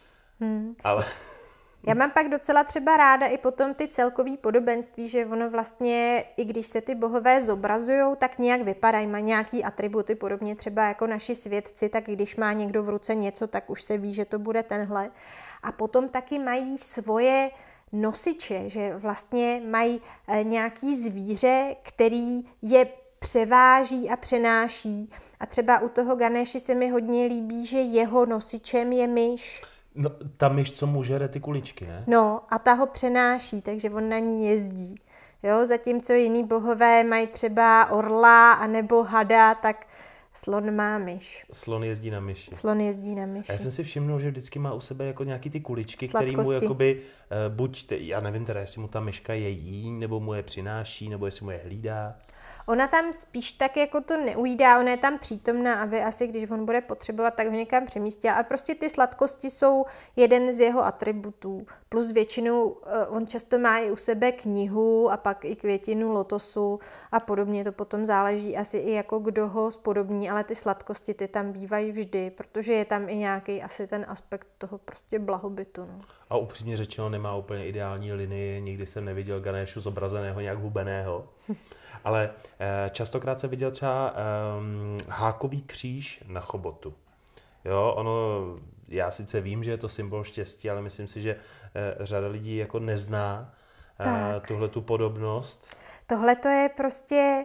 Ale... Já mám pak docela třeba ráda i potom ty celkový podobenství, že ono vlastně, i když se ty bohové zobrazujou, tak nějak vypadají, má nějaký atributy, podobně třeba jako naši svědci, tak když má někdo v ruce něco, tak už se ví, že to bude tenhle. A potom taky mají svoje nosiče, že vlastně mají nějaký zvíře, který je převáží a přenáší. A třeba u toho Ganeši se mi hodně líbí, že jeho nosičem je myš. No, ta myš, co mu žere ty kuličky, ne? No, a ta ho přenáší, takže on na ní jezdí. Jo, zatímco jiný bohové mají třeba orla anebo hada, tak slon má myš. Slon jezdí na myši. Slon jezdí na myši. A já jsem si všimnul, že vždycky má u sebe jako nějaký ty kuličky, který mu jakoby já nevím teda, jestli mu ta myška je jí, nebo mu je přináší, nebo jestli mu je hlídá. Ona tam spíš tak jako to neujídá, ona je tam přítomná, aby asi, když on bude potřebovat, tak ho někam přemístila. A prostě ty sladkosti jsou jeden z jeho atributů. Plus většinou on často má i u sebe knihu a pak i květinu lotosu a podobně. To potom záleží asi i jako kdo ho spodobní, ale ty sladkosti ty tam bývají vždy, protože je tam i nějaký asi ten aspekt toho prostě blahobytu. No. A upřímně řečeno nemá úplně ideální linii, nikdy jsem neviděl Ganeshu zobrazeného nějak hubeného. Ale častokrát se viděl třeba hákový kříž na chobotu. Jo, já sice vím, že je to symbol štěstí, ale myslím si, že řada lidí jako nezná tuhletu podobnost. Tohle to je prostě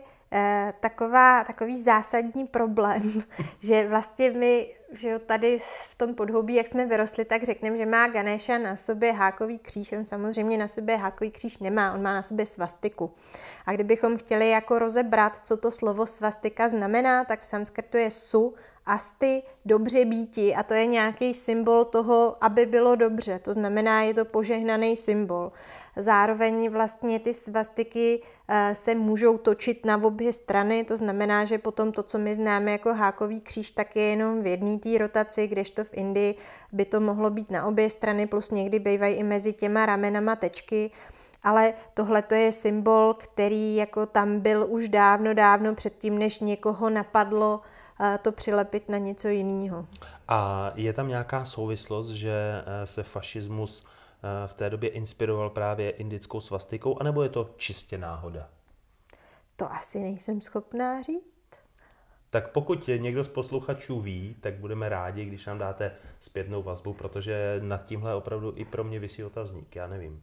takový zásadní problém, že vlastně my, že jo, tady v tom podhoubí, jak jsme vyrostli, tak řekneme, že má Ganesha na sobě hákový kříž, on samozřejmě na sobě hákový kříž nemá, on má na sobě svastiku. A kdybychom chtěli jako rozebrat, co to slovo svastika znamená, tak v sanskrtu je su, asti, dobře býti, a to je nějaký symbol toho, aby bylo dobře, to znamená, je to požehnaný symbol. Zároveň vlastně ty svastiky se můžou točit na obě strany, to znamená, že potom to, co my známe jako hákový kříž, tak je jenom v jedné té rotaci, kdežto v Indii by to mohlo být na obě strany, plus někdy bývají i mezi těma ramenama tečky, ale tohle to je symbol, který jako tam byl už dávno předtím, než někoho napadlo to přilepit na něco jiného. A je tam nějaká souvislost, že se fašismus v té době inspiroval právě indickou svastikou, anebo je to čistě náhoda? To asi nejsem schopná říct. Tak pokud někdo z posluchačů ví, tak budeme rádi, když nám dáte zpětnou vazbu, protože nad tímhle opravdu i pro mě visí otazník, já nevím.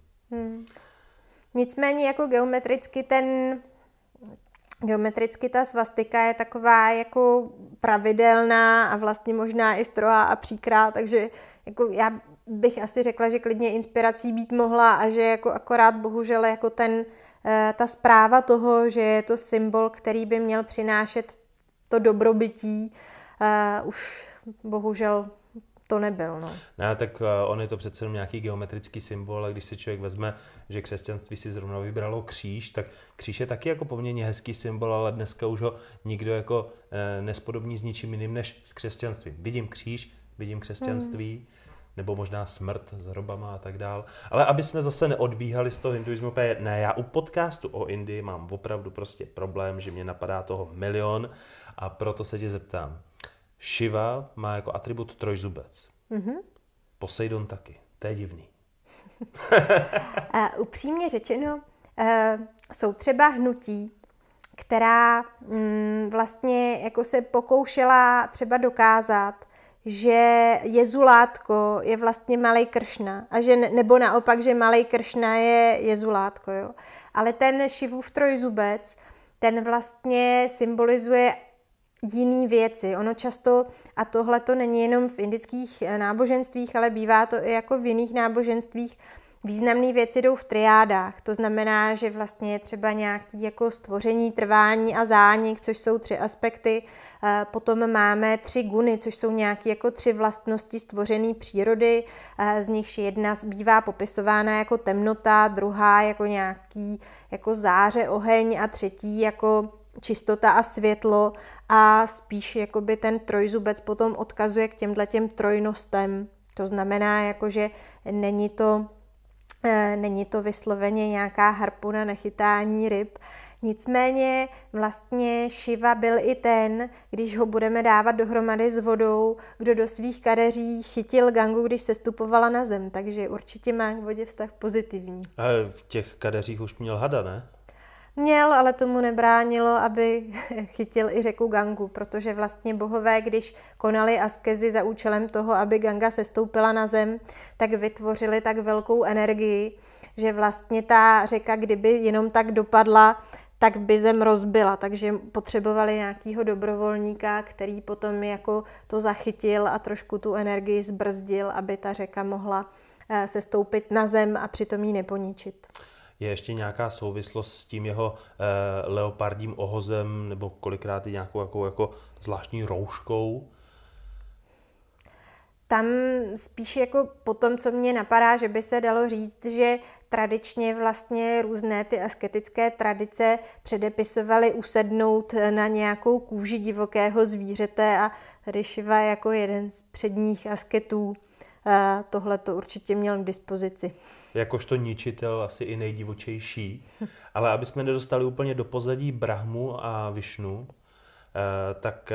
Nicméně jako geometricky ta svastika je taková jako pravidelná a vlastně možná i strohá a příkrá, takže jako já bych asi řekla, že klidně inspirací být mohla a že jako akorát bohužel jako ta zpráva toho, že je to symbol, který by měl přinášet to dobrobytí, už bohužel to nebyl. No. Ne, tak on je to přece jenom nějaký geometrický symbol, a když si člověk vezme, že křesťanství si zrovna vybralo kříž, tak kříž je taky jako poměrně hezký symbol, ale dneska už ho nikdo jako nespodobní s ničím jiným než s křesťanstvím. Vidím kříž, vidím křesťanství, nebo možná smrt s hrobama a tak dál. Ale aby jsme zase neodbíhali z toho hinduismu, ne, já u podcastu o Indii mám opravdu prostě problém, že mě napadá toho milion a proto se tě zeptám. Shiva má jako atribut trojzubec. Poseidon taky. To je divný. Upřímně řečeno, jsou třeba hnutí, která vlastně jako se pokoušela třeba dokázat, že Jezulátko je vlastně malej Kršna, a že nebo naopak, že malej Kršna je Jezulátko, jo. Ale ten Šivův trojzubec, ten vlastně symbolizuje jiný věci. Ono často, a tohle to není jenom v indických náboženstvích, ale bývá to i jako v jiných náboženstvích, významné věci jdou v triádách. To znamená, že vlastně je třeba nějaký jako stvoření, trvání a zánik, což jsou 3 aspekty. Potom máme 3 guny, což jsou nějaké jako 3 vlastnosti stvořené přírody, z nichž jedna bývá popisována jako temnota, druhá jako nějaký jako záře, oheň a třetí jako čistota a světlo, a spíš jakoby ten trojzubec potom odkazuje k těmhletěm trojnostem. To znamená, jako, že není to vysloveně nějaká harpuna na chytání ryb. Nicméně vlastně Šiva byl i ten, když ho budeme dávat dohromady s vodou, kdo do svých kadeří chytil Gangu, když sestupovala na zem. Takže určitě má k vodě vztah pozitivní. A v těch kadeřích už měl hada, ne? Měl, ale tomu nebránilo, aby chytil i řeku Gangu, protože vlastně bohové, když konali askezi za účelem toho, aby Ganga sestoupila na zem, tak vytvořili tak velkou energii, že vlastně ta řeka, kdyby jenom tak dopadla, tak by zem rozbila, takže potřebovali nějakého dobrovolníka, který potom jako to zachytil a trošku tu energii zbrzdil, aby ta řeka mohla sestoupit na zem a přitom ji neponičit. Je ještě nějaká souvislost s tím jeho leopardím ohozem nebo kolikrát i nějakou jako zvláštní rouškou? Tam spíš jako po tom, co mě napadá, že by se dalo říct, že tradičně vlastně různé ty asketické tradice předepisovaly usednout na nějakou kůži divokého zvířete a tady Šiva jako jeden z předních asketů tohle to určitě měl k dispozici. Jakožto ničitel asi i nejdivočejší. Ale aby jsme nedostali úplně do pozadí Brahmu a Višnu, tak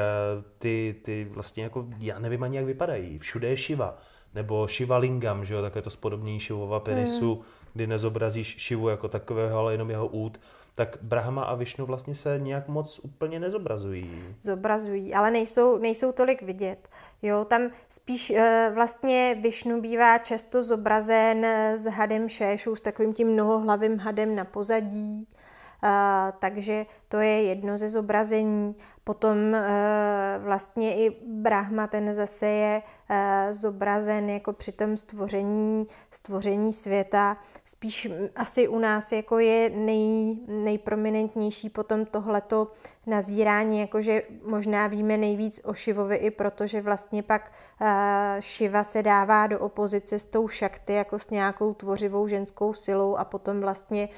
ty vlastně jako, já nevím ani jak vypadají. Všude je Šiva, nebo Šiva Lingam, že jo, takové to spodobnění Šivova penisu, kdy nezobrazíš Šivu jako takového, ale jenom jeho út. Tak Brahma a Višnu vlastně se nějak moc úplně nezobrazují. Zobrazují, ale nejsou tolik vidět. Jo, tam spíš vlastně Višnu bývá často zobrazen s hadem Šéšu, s takovým tím mnohohlavým hadem na pozadí. Takže to je jedno ze zobrazení. Potom vlastně i Brahma, ten zase je zobrazen jako při tom stvoření světa. Spíš asi u nás jako je nejprominentnější potom tohleto nazírání, jakože možná víme nejvíc o Šivovi i proto, že vlastně pak Šiva se dává do opozice s tou Šakti jako s nějakou tvořivou ženskou silou a potom vlastně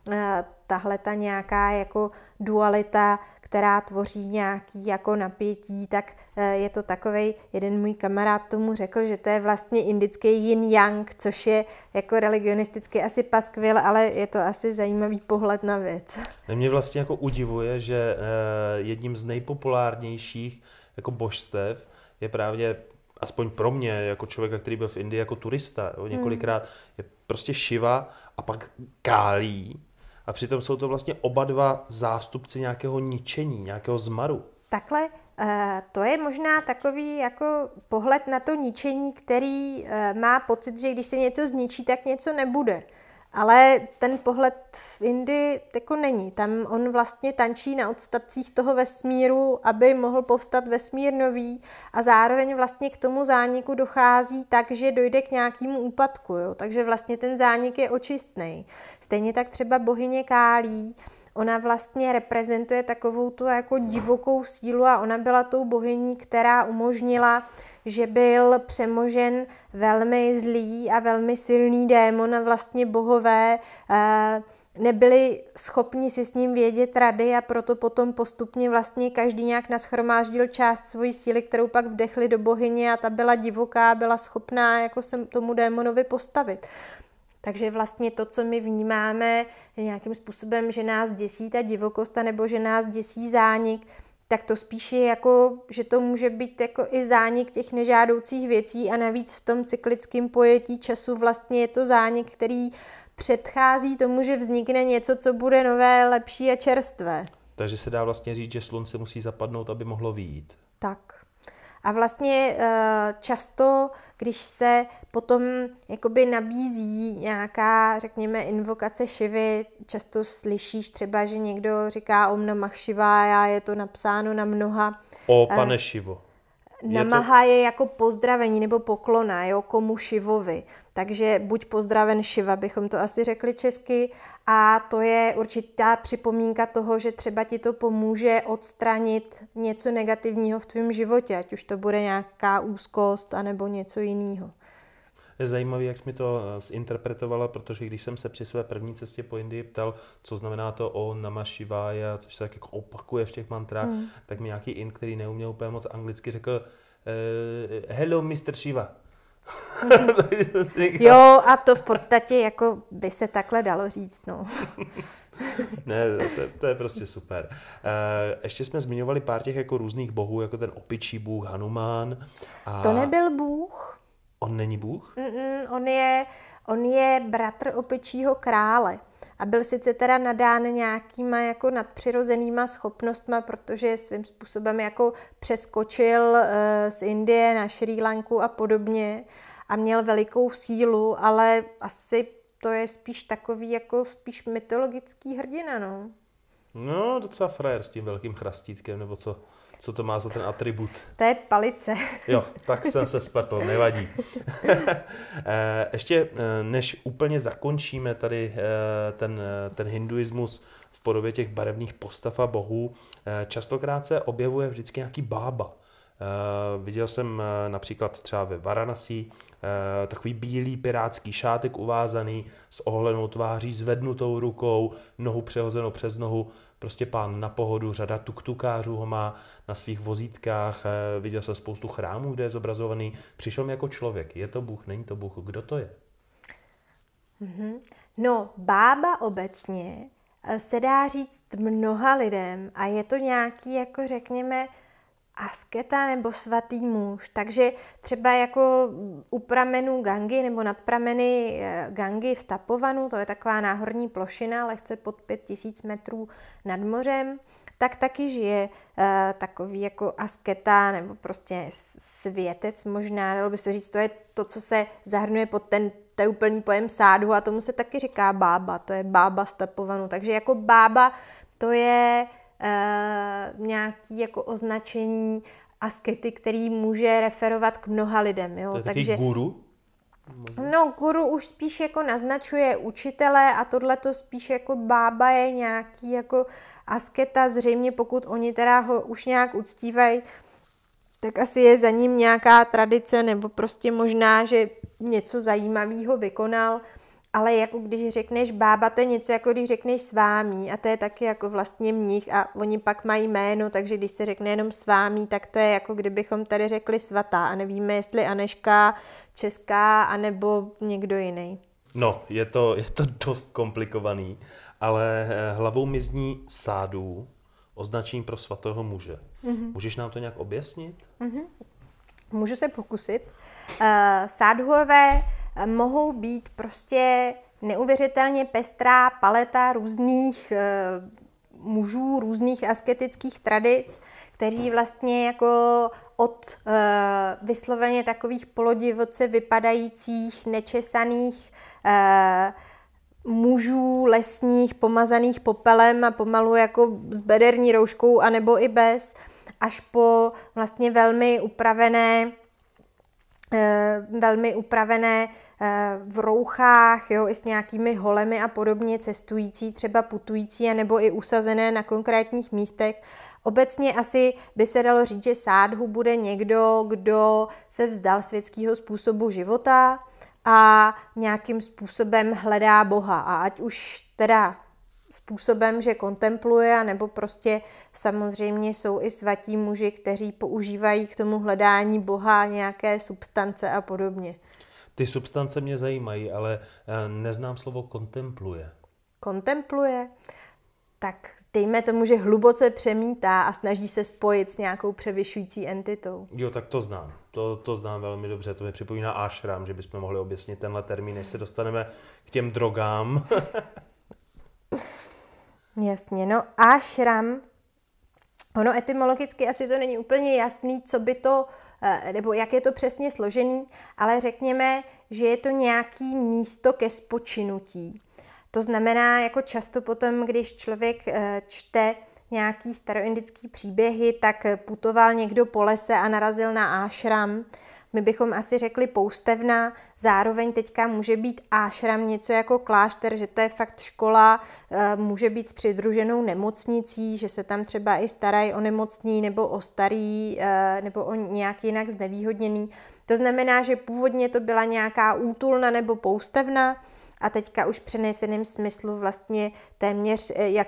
tahle ta nějaká jako dualita, která tvoří nějaký jako napětí, tak je to takovej, jeden můj kamarád tomu řekl, že to je vlastně indický yin-yang, což je jako religionisticky asi paskvil, ale je to asi zajímavý pohled na věc. Mě vlastně jako udivuje, že jedním z nejpopulárnějších jako božstev je právě, aspoň pro mě, jako člověka, který byl v Indii jako turista, jo, několikrát, je prostě Šiva a pak Kálí. A přitom jsou to vlastně oba dva zástupci nějakého ničení, nějakého zmaru. Takhle, to je možná takový jako pohled na to ničení, který má pocit, že když se něco zničí, tak něco nebude. Ale ten pohled v Indii jako není. Tam on vlastně tančí na odstatcích toho vesmíru, aby mohl povstat vesmír nový a zároveň vlastně k tomu zániku dochází tak, že dojde k nějakému úpadku. Jo? Takže vlastně ten zánik je očistný. Stejně tak třeba bohyně Kálí, ona vlastně reprezentuje takovou tu jako divokou sílu a ona byla tou bohyní, která umožnila, že byl přemožen velmi zlý a velmi silný démon a vlastně bohové nebyli schopni si s ním vědět rady a proto potom postupně vlastně každý nějak nashromáždil část svojí síly, kterou pak vdechli do bohyně a ta byla divoká, byla schopná jako se tomu démonovi postavit. Takže vlastně to, co my vnímáme nějakým způsobem, že nás děsí ta divokost, nebo že nás děsí zánik, tak to spíš je jako, že to může být jako i zánik těch nežádoucích věcí a navíc v tom cyklickém pojetí času vlastně je to zánik, který předchází tomu, že vznikne něco, co bude nové, lepší a čerstvé. Takže se dá vlastně říct, že slunce musí zapadnout, aby mohlo vyjít. Tak. A vlastně často, když se potom jakoby nabízí nějaká, řekněme, invokace Šivy, často slyšíš třeba, že někdo říká Om Namah Šivaya, je to napsáno na mnoha. O pane Šivo. Namaha je jako pozdravení nebo poklona, jo, komu Šivovi. Takže buď pozdraven Šiva, bychom to asi řekli česky. A to je určitá připomínka toho, že třeba ti to pomůže odstranit něco negativního v tvém životě, ať už to bude nějaká úzkost anebo něco jiného. Je zajímavé, jak jsi mi to zinterpretovala, protože když jsem se při své první cestě po Indii ptal, co znamená to o Namah Shivaya, což se tak jako opakuje v těch mantrách, tak mi nějaký Ind, který neuměl úplně moc anglicky, řekl hello Mr. Shiva. Jo, a to v podstatě jako by se takhle dalo říct, no. Ne, to je prostě super. Ještě jsme zmiňovali pár těch jako různých bohů, jako ten opičí bůh Hanuman. To nebyl bůh. On není bůh? On je bratr opičího krále. A byl sice teda nadán nějakýma jako nadpřirozenýma schopnostma, protože svým způsobem jako přeskočil z Indie na Šrí Lanku a podobně a měl velikou sílu, ale asi to je spíš takový jako spíš mytologický hrdina, no. No, docela frajer s tím velkým chrastítkem, nebo co to má za ten atribut? To je palice. Jo, tak jsem se spletl, nevadí. Ještě než úplně zakončíme tady ten hinduismus v podobě těch barevných postav a bohů, častokrát se objevuje vždycky nějaký bába. Viděl jsem například třeba ve Varanasi takový bílý pirátský šátek uvázaný s oholenou tváří, zvednutou rukou, nohu přehozenou přes nohu, prostě pán na pohodu, řada tuktukářů ho má na svých vozítkách, viděl jsem spoustu chrámů, kde je zobrazovaný, přišel mi jako člověk, je to Bůh, není to Bůh, kdo to je? No, bába obecně se dá říct mnoha lidem a je to nějaký, jako řekněme, asketa nebo svatý muž. Takže třeba jako u pramenů Gangy nebo nad prameny Gangy v Tapovanu, to je taková náhorní plošina, lehce pod 5000 metrů nad mořem, tak taky žije takový jako asketa nebo prostě světec možná, dalo by se říct, to je to, co se zahrnuje pod ten úplný pojem sádhu a tomu se taky říká bába, to je bába z Tapovanu. Takže jako bába to je nějaký jako označení askety, který může referovat k mnoha lidem. Jo? To je takže guru? No, guru už spíš jako naznačuje učitele a tohle to spíš jako bába je nějaký jako asketa, zřejmě pokud oni teda ho už nějak uctívají, tak asi je za ním nějaká tradice nebo prostě možná, že něco zajímavého vykonal. Ale jako když řekneš bába, to je něco jako když řekneš svámí a to je taky jako vlastně mnich a oni pak mají jméno, takže když se řekne jenom svámí, tak to je jako kdybychom tady řekli svatá a nevíme, jestli Aneška, česká, anebo někdo jiný. No, je to dost komplikovaný, ale hlavou mi zní sádu, označení pro svatého muže. Můžeš nám to nějak objasnit? Můžu se pokusit. Sádhuové mohou být prostě neuvěřitelně pestrá paleta různých mužů, různých asketických tradic, kteří vlastně jako od vysloveně takových polodivoce vypadajících, nečesaných mužů lesních, pomazaných popelem a pomalu jako s bederní rouškou, anebo i bez, až po vlastně velmi upravené v rouchách, jo, i s nějakými holemi a podobně cestující, třeba putující, anebo i usazené na konkrétních místech. Obecně asi by se dalo říct, že sádhu bude někdo, kdo se vzdal světského způsobu života a nějakým způsobem hledá Boha. A ať už teda způsobem, že kontempluje, nebo prostě samozřejmě jsou i svatí muži, kteří používají k tomu hledání Boha nějaké substance a podobně. Ty substance mě zajímají, ale neznám slovo kontempluje. Kontempluje? Tak dejme tomu, že hluboce přemítá a snaží se spojit s nějakou převyšující entitou. Jo, tak to znám. To znám velmi dobře. To mi připomíná ashram, že bychom mohli objasnit tenhle termín, než se dostaneme k těm drogám. Jasně, no ashram, ono etymologicky asi to není úplně jasný, co by to, nebo jak je to přesně složený, ale řekněme, že je to nějaký místo ke spočinutí. To znamená, jako často potom, když člověk čte nějaký staroindický příběhy, tak putoval někdo po lese a narazil na ashram. My bychom asi řekli poustevna, zároveň teďka může být ashram něco jako klášter, že to je fakt škola, může být s přidruženou nemocnicí, že se tam třeba i starají o nemocný nebo o starý nebo o nějak jinak znevýhodněný. To znamená, že původně to byla nějaká útulna nebo poustevna a teďka už v přeneseném smyslu vlastně téměř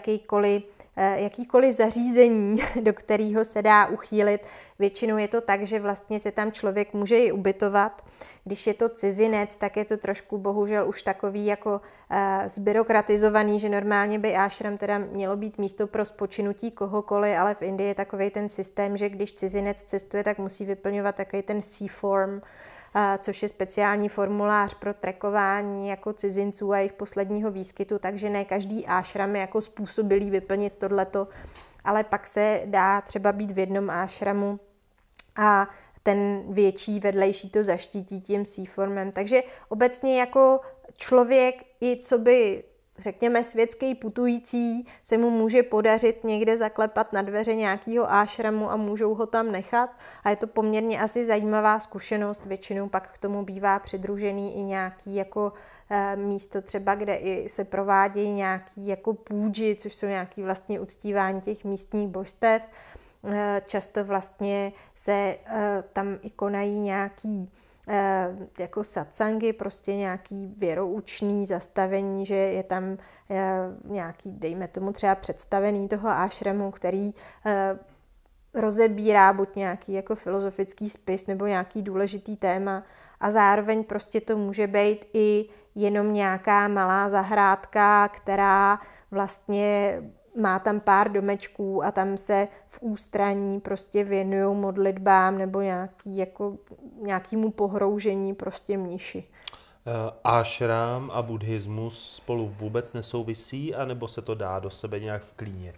jakýkoliv zařízení, do kterého se dá uchýlit. Většinou je to tak, že vlastně se tam člověk může i ubytovat. Když je to cizinec, tak je to trošku bohužel už takový jako zbyrokratizovaný, že normálně by ashram teda mělo být místo pro spočinutí kohokoliv, ale v Indii je takovej ten systém, že když cizinec cestuje, tak musí vyplňovat takový ten C-form, což je speciální formulář pro trekování jako cizinců a jejich posledního výskytu, takže ne každý ashram je jako způsobilý vyplnit tohleto, ale pak se dá třeba být v jednom ashramu a ten větší vedlejší to zaštítí tím C-formem. Takže obecně jako člověk i co by řekněme světský putující se mu může podařit někde zaklepat na dveře nějakého ashramu a můžou ho tam nechat a je to poměrně asi zajímavá zkušenost, většinou pak k tomu bývá přidružený i nějaký jako místo třeba, kde i se provádějí nějaký jako půdži, což jsou nějaký vlastně uctívání těch místních božstev. Často vlastně se tam i konají nějaký jako satsangy, prostě nějaký věroučný zastavení, že je tam nějaký, dejme tomu třeba představený toho ashramu, který rozebírá buď nějaký jako filozofický spis nebo nějaký důležitý téma a zároveň prostě to může být i jenom nějaká malá zahrádka, která vlastně má tam pár domečků a tam se v ústraní prostě věnují modlitbám nebo nějakému pohroužení prostě mniši. Ashram a buddhismus spolu vůbec nesouvisí, anebo se to dá do sebe nějak vklínit?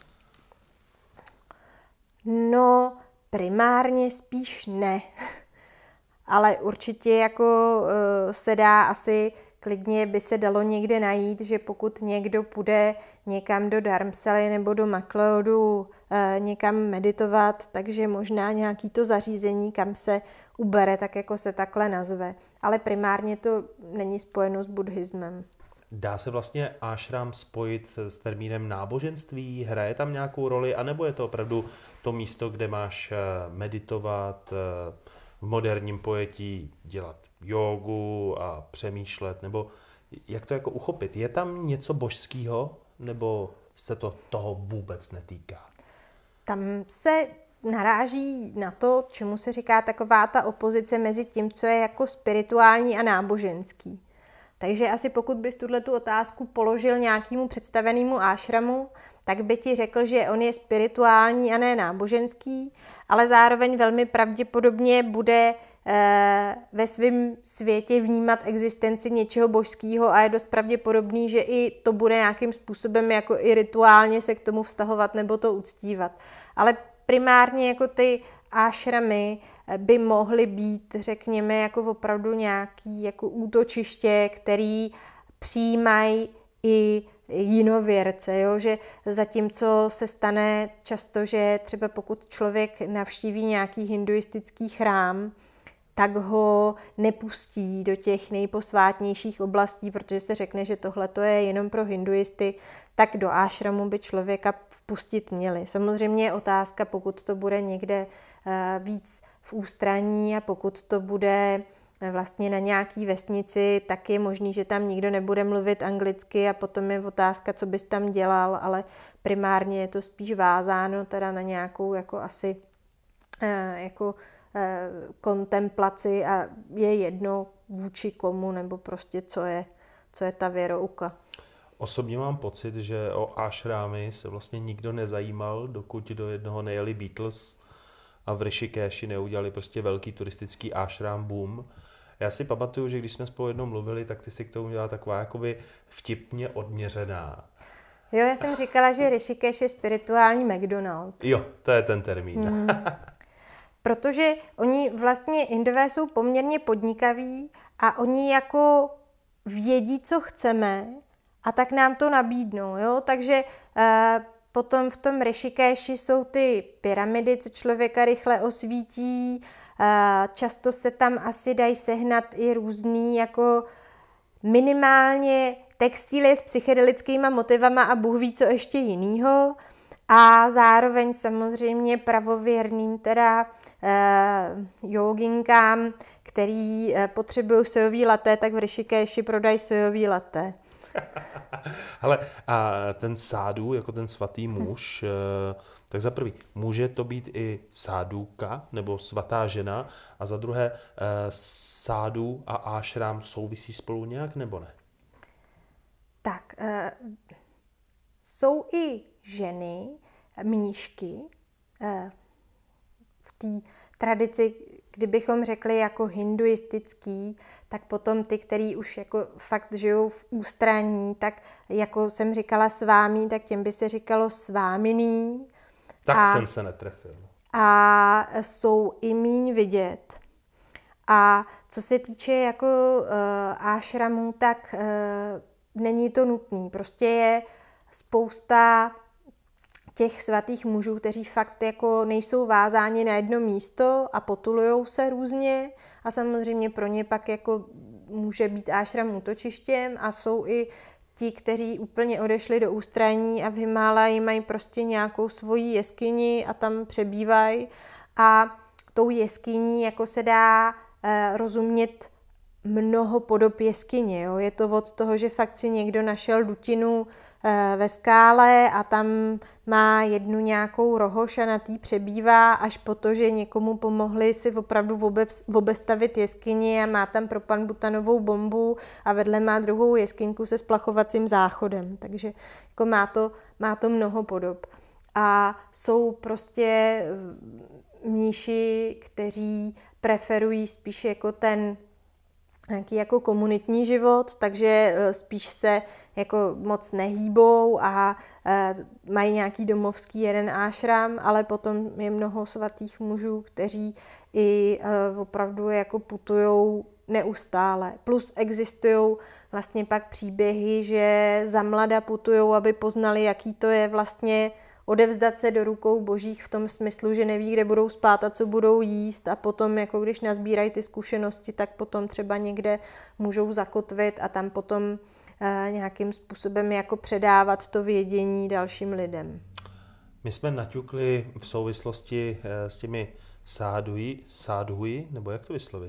No, primárně spíš ne. Ale určitě jako se dá asi klidně by se dalo někde najít, že pokud někdo půjde někam do Dharamsaly nebo do McLeodu někam meditovat, takže možná nějaký to zařízení, kam se ubere, tak jako se takhle nazve. Ale primárně to není spojeno s buddhismem. Dá se vlastně ashram spojit s termínem náboženství? Hraje tam nějakou roli? A nebo je to opravdu to místo, kde máš meditovat, v moderním pojetí dělat jógu a přemýšlet? Nebo jak to jako uchopit? Je tam něco božského? Nebo se to toho vůbec netýká? Tam se naráží na to, čemu se říká taková ta opozice mezi tím, co je jako spirituální a náboženský. Takže asi pokud bys tu otázku položil nějakému představenému ashramu, tak by ti řekl, že on je spirituální a ne náboženský, ale zároveň velmi pravděpodobně bude ve svém světě vnímat existenci něčeho božského a je dost pravděpodobný, že i to bude nějakým způsobem jako i rituálně se k tomu vztahovat nebo to uctívat. Ale primárně jako ty ashramy by mohly být, řekněme, jako opravdu nějaký jako útočiště, který přijímají i jinověrce, jo? Že zatímco se stane často, že třeba pokud člověk navštíví nějaký hinduistický chrám, tak ho nepustí do těch nejposvátnějších oblastí, protože se řekne, že tohle je jenom pro hinduisty, tak do ashramu by člověka vpustit měli. Samozřejmě je otázka, pokud to bude někde víc v ústraní a pokud to bude vlastně na nějaký vesnici, tak je možný, že tam nikdo nebude mluvit anglicky a potom je otázka, co bys tam dělal, ale primárně je to spíš vázáno teda na nějakou jako asi jako kontemplaci a je jedno vůči komu nebo prostě co je ta věrouka. Osobně mám pocit, že o ášrámy se vlastně nikdo nezajímal, dokud do jednoho nejeli Beatles a v Rishikeshi neudělali prostě velký turistický ášrám boom. Já si pamatuju, že když jsme spolu jednou mluvili, tak ty si k tomu dělala taková jakoby vtipně odměřená. Jo, já jsem říkala, že Rishikesh je spirituální McDonald. Jo, to je ten termín. Protože oni vlastně Indové jsou poměrně podnikaví a oni jako vědí, co chceme a tak nám to nabídnou, jo, takže potom v tom Rishikeshi jsou ty pyramidy, co člověka rychle osvítí, často se tam asi dají sehnat i různý jako minimálně textíly s psychedelickými motivama a Bůh ví, co ještě jinýho. A zároveň samozřejmě pravověrným teda joginkám, který potřebují sojový latte, tak v Rishikeshi prodají sojový latte. Hele, a ten sádu, jako ten svatý muž, tak za prvý, může to být i sádůka, nebo svatá žena, a za druhé, sádu a ášrám souvisí spolu nějak, nebo ne? Tak, jsou i ženy, mníšky, v té tradici, kdybychom řekli jako hinduistický, tak potom ty, který už jako fakt žijou v ústraní, tak jako jsem říkala svámí, tak těm by se říkalo sváminý. Tak jsem se netrefil. A jsou i míň vidět. A co se týče jako ášramů, tak není to nutný. Prostě je spousta těch svatých mužů, kteří fakt jako nejsou vázáni na jedno místo a potulujou se různě a samozřejmě pro ně pak jako může být ášram útočištěm a jsou i ti, kteří úplně odešli do ústraní a v Himálaji mají prostě nějakou svoji jeskyni a tam přebývají a tou jeskyní jako se dá rozumět mnoho podob jeskyně. Jo? Je to od toho, že fakt si někdo našel dutinu ve skále a tam má jednu nějakou rohoš a na tý přebývá, až po to, že někomu pomohli si opravdu obestavit jeskyni a má tam propanbutanovou bombu a vedle má druhou jeskyňku se splachovacím záchodem. Takže jako má to mnoho podob. A jsou prostě mniši, kteří preferují spíš jako ten nějaký jako komunitní život, takže spíš se jako moc nehýbou a mají nějaký domovský jeden ášram, ale potom je mnoho svatých mužů, kteří i opravdu jako putujou neustále. Plus existují vlastně pak příběhy, že za mlada putujou, aby poznali, jaký to je vlastně odevzdat se do rukou božích v tom smyslu, že neví, kde budou spát a co budou jíst a potom, jako když nazbírají ty zkušenosti, tak potom třeba někde můžou zakotvit a tam potom nějakým způsobem jako předávat to vědění dalším lidem. My jsme naťukli v souvislosti s těmi sádhuji, nebo jak to vyslovit?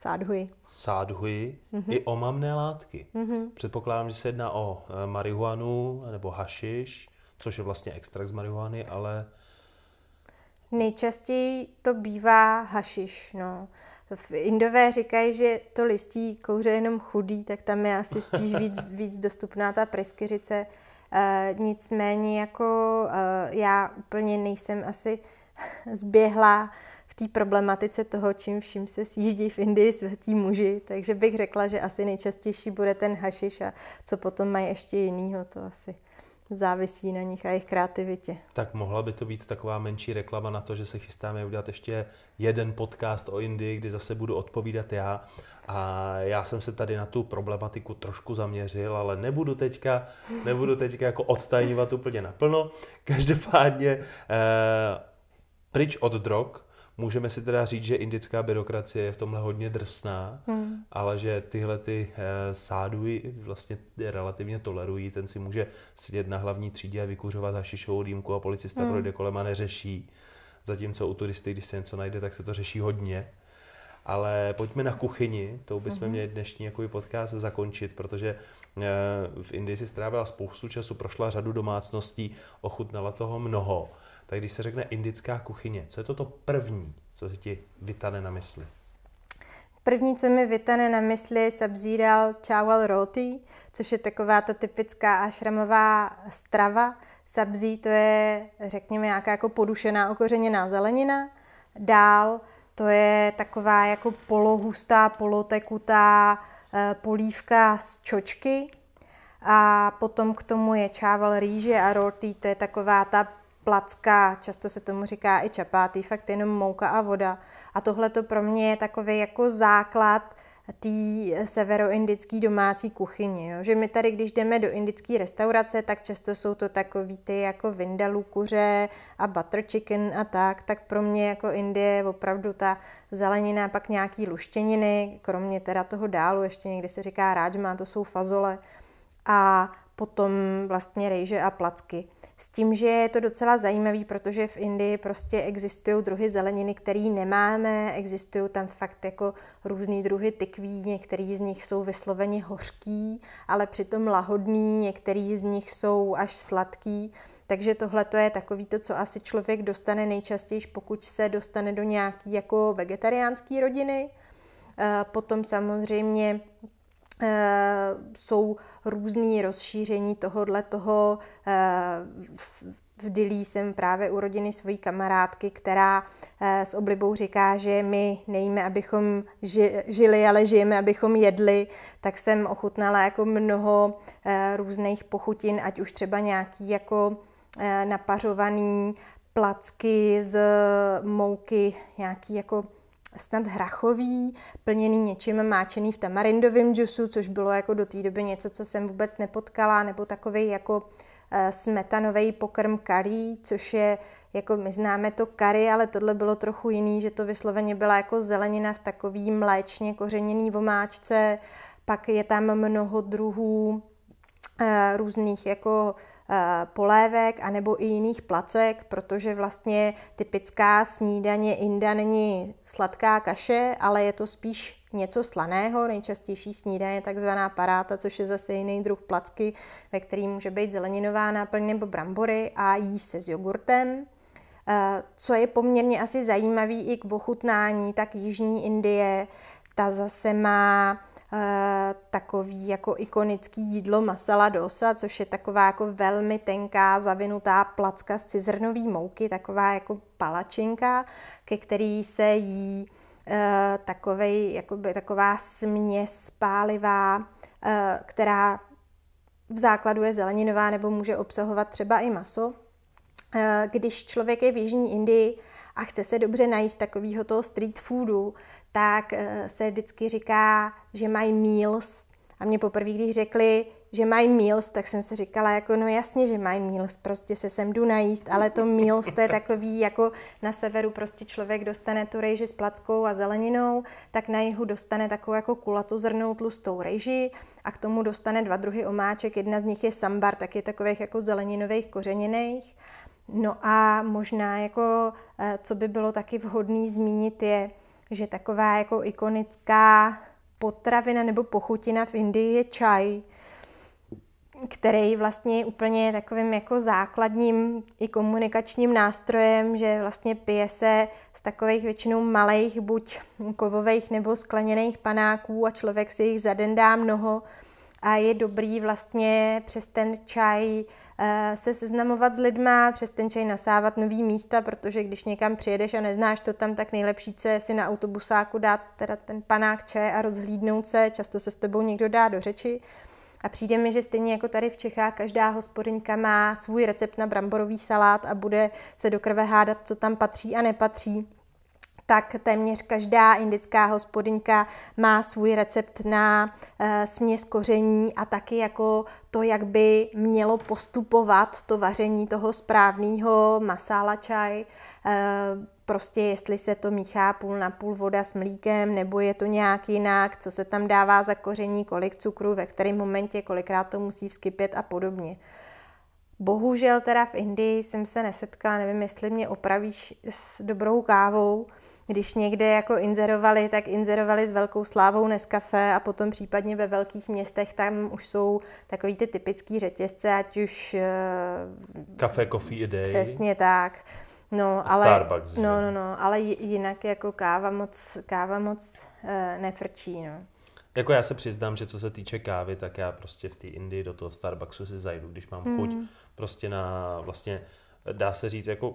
Sádhuji, i omamné látky. Předpokládám, že se jedná o marihuanu nebo hašiš, což je vlastně extrakt z marihuany, ale... Nejčastěji to bývá hašiš, no. Indové říkají, že to listí kouře jenom chudý, tak tam je asi spíš víc dostupná ta pryskyřice. Nicméně jako já úplně nejsem asi zběhlá v té problematice toho, čím vším se sjíždí v Indii svatí muži, takže bych řekla, že asi nejčastější bude ten hašiš a co potom mají ještě jinýho, to asi závisí na nich a jejich kreativitě. Tak mohla by to být taková menší reklama na to, že se chystáme udělat ještě jeden podcast o Indii, kdy zase budu odpovídat já. A já jsem se tady na tu problematiku trošku zaměřil, ale nebudu teďka jako odtajňovat úplně naplno. Každopádně pryč od drog, můžeme si teda říct, že indická byrokracie je v tomhle hodně drsná, ale že tyhle ty sáduji vlastně relativně tolerují. Ten si může sedět na hlavní třídě a vykuřovat hašišovou dýmku a policista projde kolem a neřeší. Zatímco u turisty, když se něco najde, tak se to řeší hodně. Ale pojďme na kuchyni, to bychom měli dnešní podcast zakončit, protože v Indii si strávila spoustu času, prošla řadu domácností, ochutnala toho mnoho. Tak když se řekne indická kuchyně, co je to první, co se ti vytane na mysli? První, co mi vytane na mysli, je sabzi dal chawal roti, což je taková ta typická ašramová strava. Sabzi to je, řekněme, nějaká jako podušená, okořeněná zelenina. Dál to je taková jako polohustá, polotekutá polívka z čočky. A potom k tomu je chawal rýže a roti, to je taková ta placka, často se tomu říká i čapáty, fakt jenom mouka a voda. A tohle to pro mě je takový jako základ té severoindické domácí kuchyně. Jo? Že my tady, když jdeme do indické restaurace, tak často jsou to takový ty jako vindaloo kuře a butter chicken a tak pro mě jako Indie je opravdu ta zelenina, pak nějaký luštěniny, kromě teda toho dálu, ještě někdy se říká rajma, to jsou fazole a potom vlastně rejže a placky. S tím, že je to docela zajímavý, protože v Indii prostě existují druhy zeleniny, které nemáme, existují tam fakt jako různý druhy tykví, některý z nich jsou vysloveně hořký, ale přitom lahodný, některý z nich jsou až sladký, takže tohle to je takový to, co asi člověk dostane nejčastěji, pokud se dostane do nějaký jako vegetariánské rodiny. Potom samozřejmě jsou různý rozšíření tohoto. V Dillí jsem právě u rodiny svojí kamarádky, která s oblibou říká, že my nejíme, abychom žili, ale žijeme, abychom jedli, tak jsem ochutnala jako mnoho různých pochutin, ať už třeba nějaký jako napařovaný placky z mouky, nějaký jako snad hrachový, plněný něčím máčený v tamarindovém džusu, což bylo jako do té doby něco, co jsem vůbec nepotkala, nebo takovej jako smetanový pokrm curry, což je, jako my známe to curry, ale tohle bylo trochu jiný, že to vysloveně byla jako zelenina v takový mléčně kořeněný vomáčce, pak je tam mnoho druhů různých jako polévek anebo i jiných placek, protože vlastně typická snídaně Inda není sladká kaše, ale je to spíš něco slaného. Nejčastější snídaně je takzvaná paráta, což je zase jiný druh placky, ve který může být zeleninová náplň nebo brambory a jí se s jogurtem. Co je poměrně asi zajímavý i k ochutnání, tak jižní Indie, ta zase má takový jako ikonický jídlo masala dosa, což je taková jako velmi tenká, zavinutá placka z cizrnové mouky, taková jako palačinka, ke který se jí taková směs pálivá, která v základu je zeleninová nebo může obsahovat třeba i maso. Když člověk je v jižní Indii a chce se dobře najíst takového toho street foodu, tak se vždycky říká, že mají meals. A mě poprvé, když řekli, že mají meals, tak jsem si říkala, jako no jasně, že mají meals, prostě se sem jdu najíst, ale to meals, to je takový, jako na severu prostě člověk dostane tu rejži s plackou a zeleninou, tak na jihu dostane takovou jako kulatozrnou tlustou rejži a k tomu dostane 2 druhy omáček, jedna z nich je sambar, tak je takových jako zeleninových kořeněných. No a možná jako, co by bylo taky vhodný zmínit je, že taková jako ikonická potravina nebo pochutina v Indii je čaj, který vlastně je úplně takovým jako základním i komunikačním nástrojem, že vlastně pije se z takových většinou malých, buď kovových nebo skleněných panáků a člověk si jich za den dá mnoho a je dobrý vlastně přes ten čaj se seznamovat s lidma, přes ten čaj nasávat nový místa, protože když někam přijedeš a neznáš to tam, tak nejlepší je si na autobusáku dát teda ten panák čaje a rozhlídnout se, často se s tebou někdo dá do řeči. A přijde mi, že stejně jako tady v Čechách každá hospodyňka má svůj recept na bramborový salát a bude se do krve hádat, co tam patří a nepatří, tak téměř každá indická hospodyňka má svůj recept na směs koření a taky jako to, jak by mělo postupovat to vaření toho správného masála čaj. Prostě jestli se to míchá půl na půl voda s mlíkem, nebo je to nějak jinak, co se tam dává za koření, kolik cukru, ve kterém momentě, kolikrát to musí vzkypět a podobně. Bohužel teda v Indii jsem se nesetkala, nevím, jestli mě opravíš, s dobrou kávou. Když někde jako inzerovali, tak inzerovali s velkou slávou Nescafé a potom případně ve velkých městech tam už jsou takový ty typický řetězce, ať už... Café, Coffee a Day. Přesně tak. No, ale, Starbucks, ale jinak jako káva moc nefrčí, no. Jako já se přiznám, že co se týče kávy, tak já prostě v té Indii do toho Starbucksu si zajdu, když mám chuť prostě na vlastně, dá se říct, jako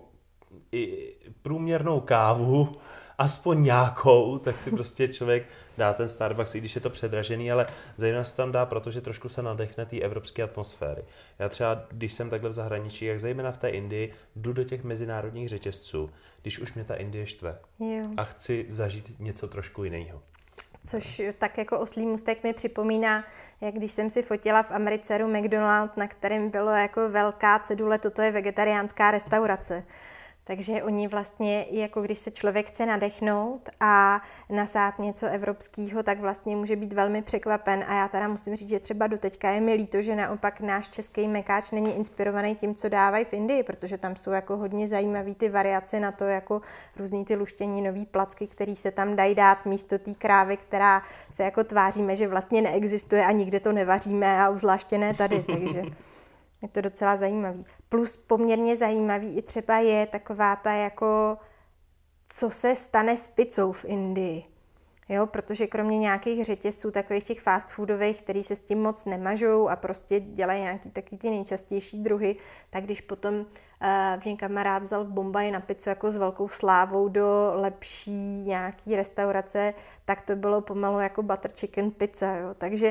i průměrnou kávu, aspoň nějakou, tak si prostě člověk dá ten Starbucks, i když je to předražený, ale zejména se tam dá, protože trošku se nadechne té evropské atmosféry. Já třeba, když jsem takhle v zahraničí, jak zejména v té Indii, jdu do těch mezinárodních řetězců, když už mě ta Indie štve a chci zažít něco trošku jiného. Což tak jako oslí můstek mi připomíná, jak když jsem si fotila v Americe McDonald, na kterém bylo jako velká cedule, toto je vegetariánská restaurace. Takže oni vlastně, jako když se člověk chce nadechnout a nasát něco evropského, tak vlastně může být velmi překvapen. A já teda musím říct, že třeba doteďka je mi líto, že naopak náš český mekáč není inspirovaný tím, co dávají v Indii, protože tam jsou jako hodně zajímavý ty variace na to, jako různý ty luštění, nový placky, který se tam dají dát místo té krávy, která se jako tváříme, že vlastně neexistuje a nikde to nevaříme a zvláště ne tady, takže... Je to docela zajímavý. Plus poměrně zajímavý i třeba je taková ta jako, co se stane s pizzou v Indii. Jo, protože kromě nějakých řetězců, takových těch fast foodových, který se s tím moc nemažou a prostě dělají nějaký takový ty nejčastější druhy, tak když potom mě kamarád vzal v Bombaji na pizzu jako s velkou slávou do lepší nějaký restaurace, tak to bylo pomalu jako butter chicken pizza. Jo. Takže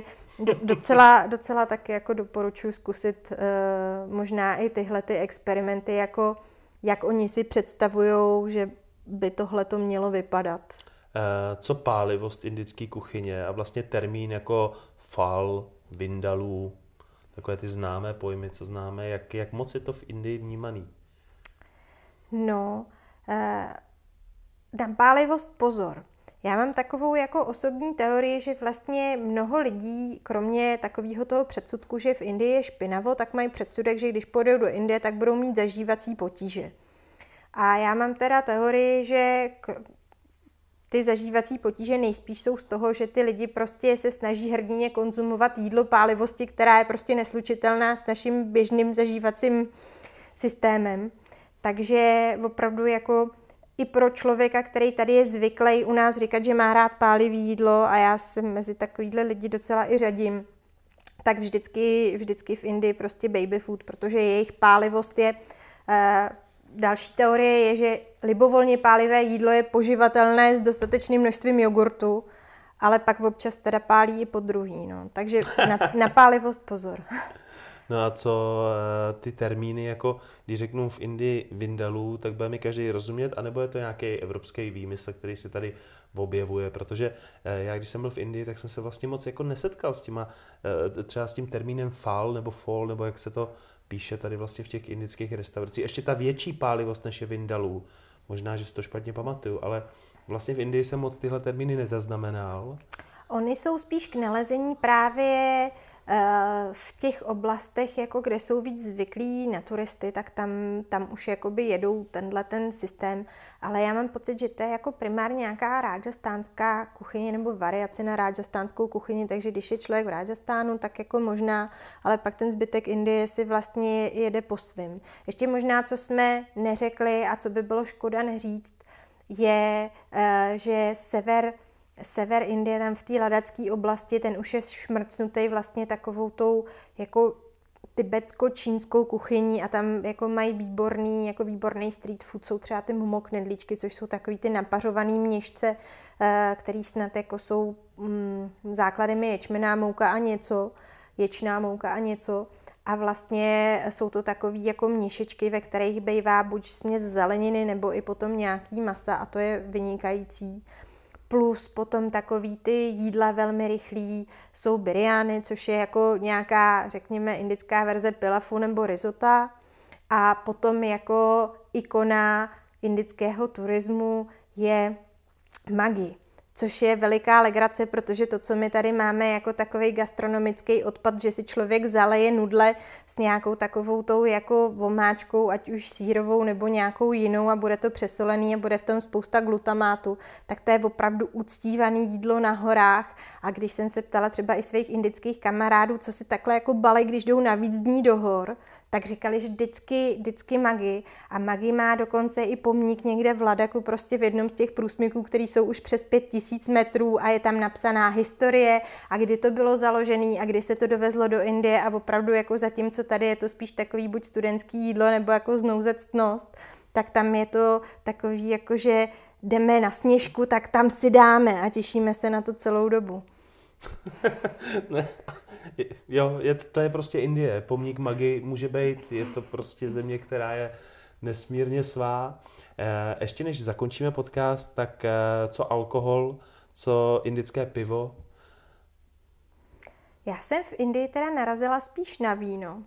docela taky jako doporučuji zkusit možná i tyhle ty experimenty, jako jak oni si představujou, že by tohle to mělo vypadat. Co pálivost indické kuchyně a vlastně termín jako fal, vindalů, takové ty známé pojmy, co známe, jak moc je to v Indii vnímaný? No, na pálivost pozor. Já mám takovou jako osobní teorii, že vlastně mnoho lidí, kromě takového toho předsudku, že v Indii je špinavo, tak mají předsudek, že když půjdou do Indie, tak budou mít zažívací potíže. A já mám teda teorii, že ty zažívací potíže nejspíš jsou z toho, že ty lidi prostě se snaží hrdinně konzumovat jídlo pálivosti, která je prostě neslučitelná s naším běžným zažívacím systémem. Takže opravdu jako i pro člověka, který tady je zvyklý u nás říkat, že má rád pálivý jídlo a já se mezi takovýhle lidi docela i řadím, tak vždycky v Indii prostě baby food, protože jejich pálivost je... Další teorie je, že libovolně pálivé jídlo je poživatelné s dostatečným množstvím jogurtu, ale pak občas teda pálí i po druhý. No. Takže na pálivost pozor. No a co ty termíny, jako když řeknu v Indii vindalů, tak bude mi každý rozumět, anebo je to nějaký evropský výmysl, který se tady objevuje, protože já když jsem byl v Indii, tak jsem se vlastně moc jako nesetkal s těma, třeba s tím termínem fal nebo fall, nebo jak se to píše tady vlastně v těch indických restauracích. Ještě ta větší pálivost než je vindalů. Možná, že si to špatně pamatuju, ale vlastně v Indii jsem moc tyhle termíny nezaznamenal. Oni jsou spíš k nalezení právě v těch oblastech, jako kde jsou víc zvyklí na turisty, tak tam už jakoby jedou ten systém, ale já mám pocit, že to je jako primárně nějaká rádžastánská kuchyně nebo variace na rádžastánskou kuchyni, takže když je člověk v Rádžastánu, tak jako možná, ale pak ten zbytek Indie si vlastně jede po svým. Ještě možná, co jsme neřekli a co by bylo škoda neříct, je, že sever Indie, tam v té ladacké oblasti, ten už je šmrcnutý vlastně takovou tou jako tibetsko-čínskou kuchyní a tam jako mají výborný street food, jsou třeba ty momo knedlíčky, což jsou takový ty napařovaný měšce, který snad jako jsou základem je ječná mouka a něco. A vlastně jsou to takový jako měšečky, ve kterých bývá buď směs zeleniny nebo i potom nějaký masa a to je vynikající. Plus potom takový ty jídla velmi rychlý jsou biryány, což je jako nějaká, řekněme, indická verze pilafu nebo risota. A potom jako ikona indického turismu je Maggi, což je veliká legrace, protože to, co my tady máme jako takový gastronomický odpad, že si člověk zaleje nudle s nějakou takovou tou jako vomáčkou, ať už sýrovou nebo nějakou jinou a bude to přesolený a bude v tom spousta glutamátu, tak to je opravdu uctívaný jídlo na horách. A když jsem se ptala třeba i svých indických kamarádů, co si takhle jako balej, když jdou na víc dní do hor, tak říkali, že vždycky Maggi. A Maggi má dokonce i pomník někde v Ladaku, prostě v jednom z těch průsmyků, který jsou už přes 5000 metrů a je tam napsaná historie a kdy to bylo založené a kdy se to dovezlo do Indie a opravdu jako zatímco tady je to spíš takový buď studentský jídlo nebo jako znouzectnost, tak tam je to takový jako, že jdeme na Sněžku, tak tam si dáme a těšíme se na to celou dobu. Jo, to je prostě Indie. Pomník Maggi může být, je to prostě země, která je nesmírně svá. Ještě než zakončíme podcast, tak co alkohol, co indické pivo? Já jsem v Indii teda narazila spíš na víno.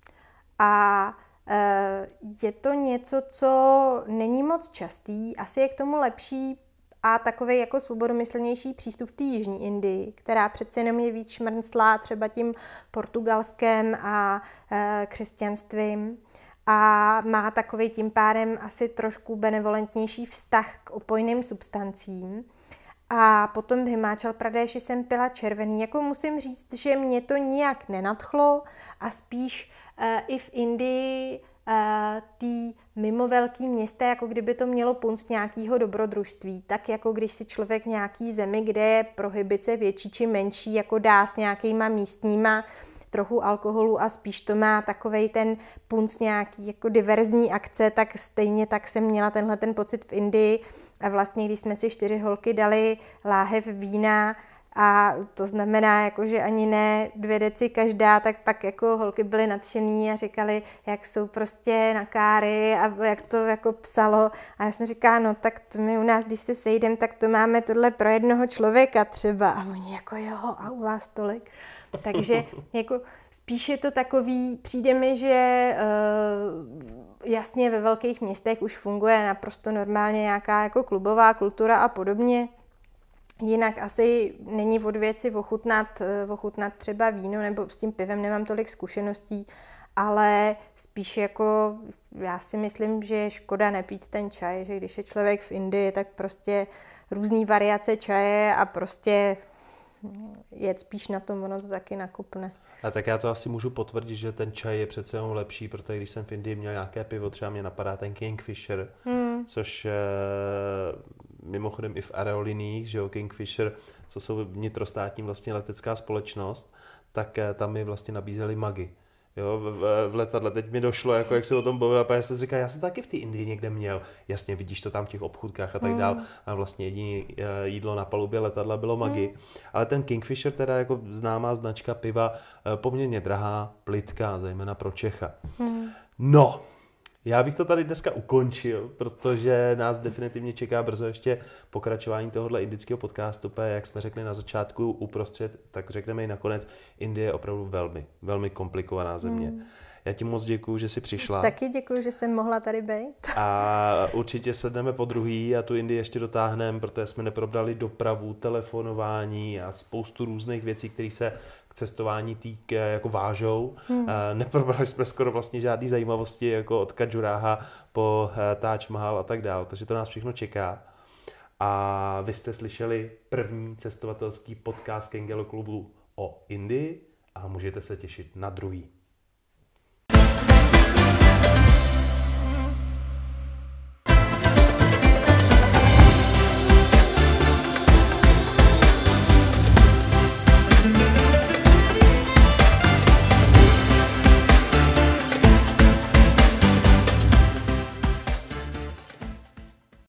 A je to něco, co není moc častý, asi je k tomu lepší a takový jako svobodomyslnější přístup v té jižní Indii, která přece jenom je víc šmrnclá třeba tím Portugalskem a křesťanstvím a má takový tím pádem asi trošku benevolentnější vztah k opojným substancím. A potom v Himáčal Pradeši jsem pila červený. Jako musím říct, že mě to nijak nenadchlo a spíš i v Indii tý mimo velký města, jako kdyby to mělo punc nějakého dobrodružství, tak jako když si člověk v nějaký zemi, kde je prohibice větší či menší, jako dá s nějakýma místníma trochu alkoholu a spíš to má takovej ten punc nějaký jako diverzní akce, tak stejně tak jsem měla tenhle ten pocit v Indii a vlastně když jsme si 4 holky dali láhev vína a to znamená, jako, že ani ne 2 deci každá, tak pak jako holky byly nadšený a říkali, jak jsou prostě na káry a jak to jako psalo. A já jsem říkala, no tak to my u nás, když se sejdem, tak to máme tohle pro jednoho člověka třeba. A oni jako jo, a u vás tolik. Takže jako spíš je to takový, přijde mi, že jasně ve velkých městech už funguje naprosto normálně nějaká jako klubová kultura a podobně. Jinak asi není od věci ochutnat třeba víno, nebo s tím pivem nemám tolik zkušeností, ale spíš jako já si myslím, že je škoda nepít ten čaj, že když je člověk v Indii, tak prostě různý variace čaje a prostě jet spíš na tom, ono to taky nakupne. A tak já to asi můžu potvrdit, že ten čaj je přece jenom lepší, protože když jsem v Indii měl nějaké pivo, třeba mě napadá ten Kingfisher, což mimochodem i v aeroliniích, že jo, Kingfisher, co jsou vnitrostátní vlastně letecká společnost, tak tam mi vlastně nabízeli Maggi. Jo, v letadle. Teď mi došlo, jako jak se o tom bavil, a já jsem říkal, já jsem taky v té Indii někde měl. Jasně, vidíš to tam v těch obchůdkách a tak dál. A vlastně jediné jídlo na palubě letadla bylo Maggi. Ale ten Kingfisher, teda jako známá značka piva, poměrně drahá, plytká, zejména pro Čecha. No, já bych to tady dneska ukončil, protože nás definitivně čeká brzo ještě pokračování tohohle indického podcastu, jak jsme řekli na začátku, uprostřed, tak řekneme i nakonec, Indie je opravdu velmi, velmi komplikovaná země. Já ti moc děkuju, že jsi přišla. Taky děkuju, že jsem mohla tady být. A určitě sedneme po druhý a tu Indii ještě dotáhneme, protože jsme neprobrali dopravu, telefonování a spoustu různých věcí, které se k cestování jako vážou. Neprobrali jsme skoro vlastně žádný zajímavosti, jako od Khajuraha po Taj Mahal a tak dál. Takže to nás všechno čeká. A vy jste slyšeli první cestovatelský podcast Kengelu klubu o Indii a můžete se těšit na druhý.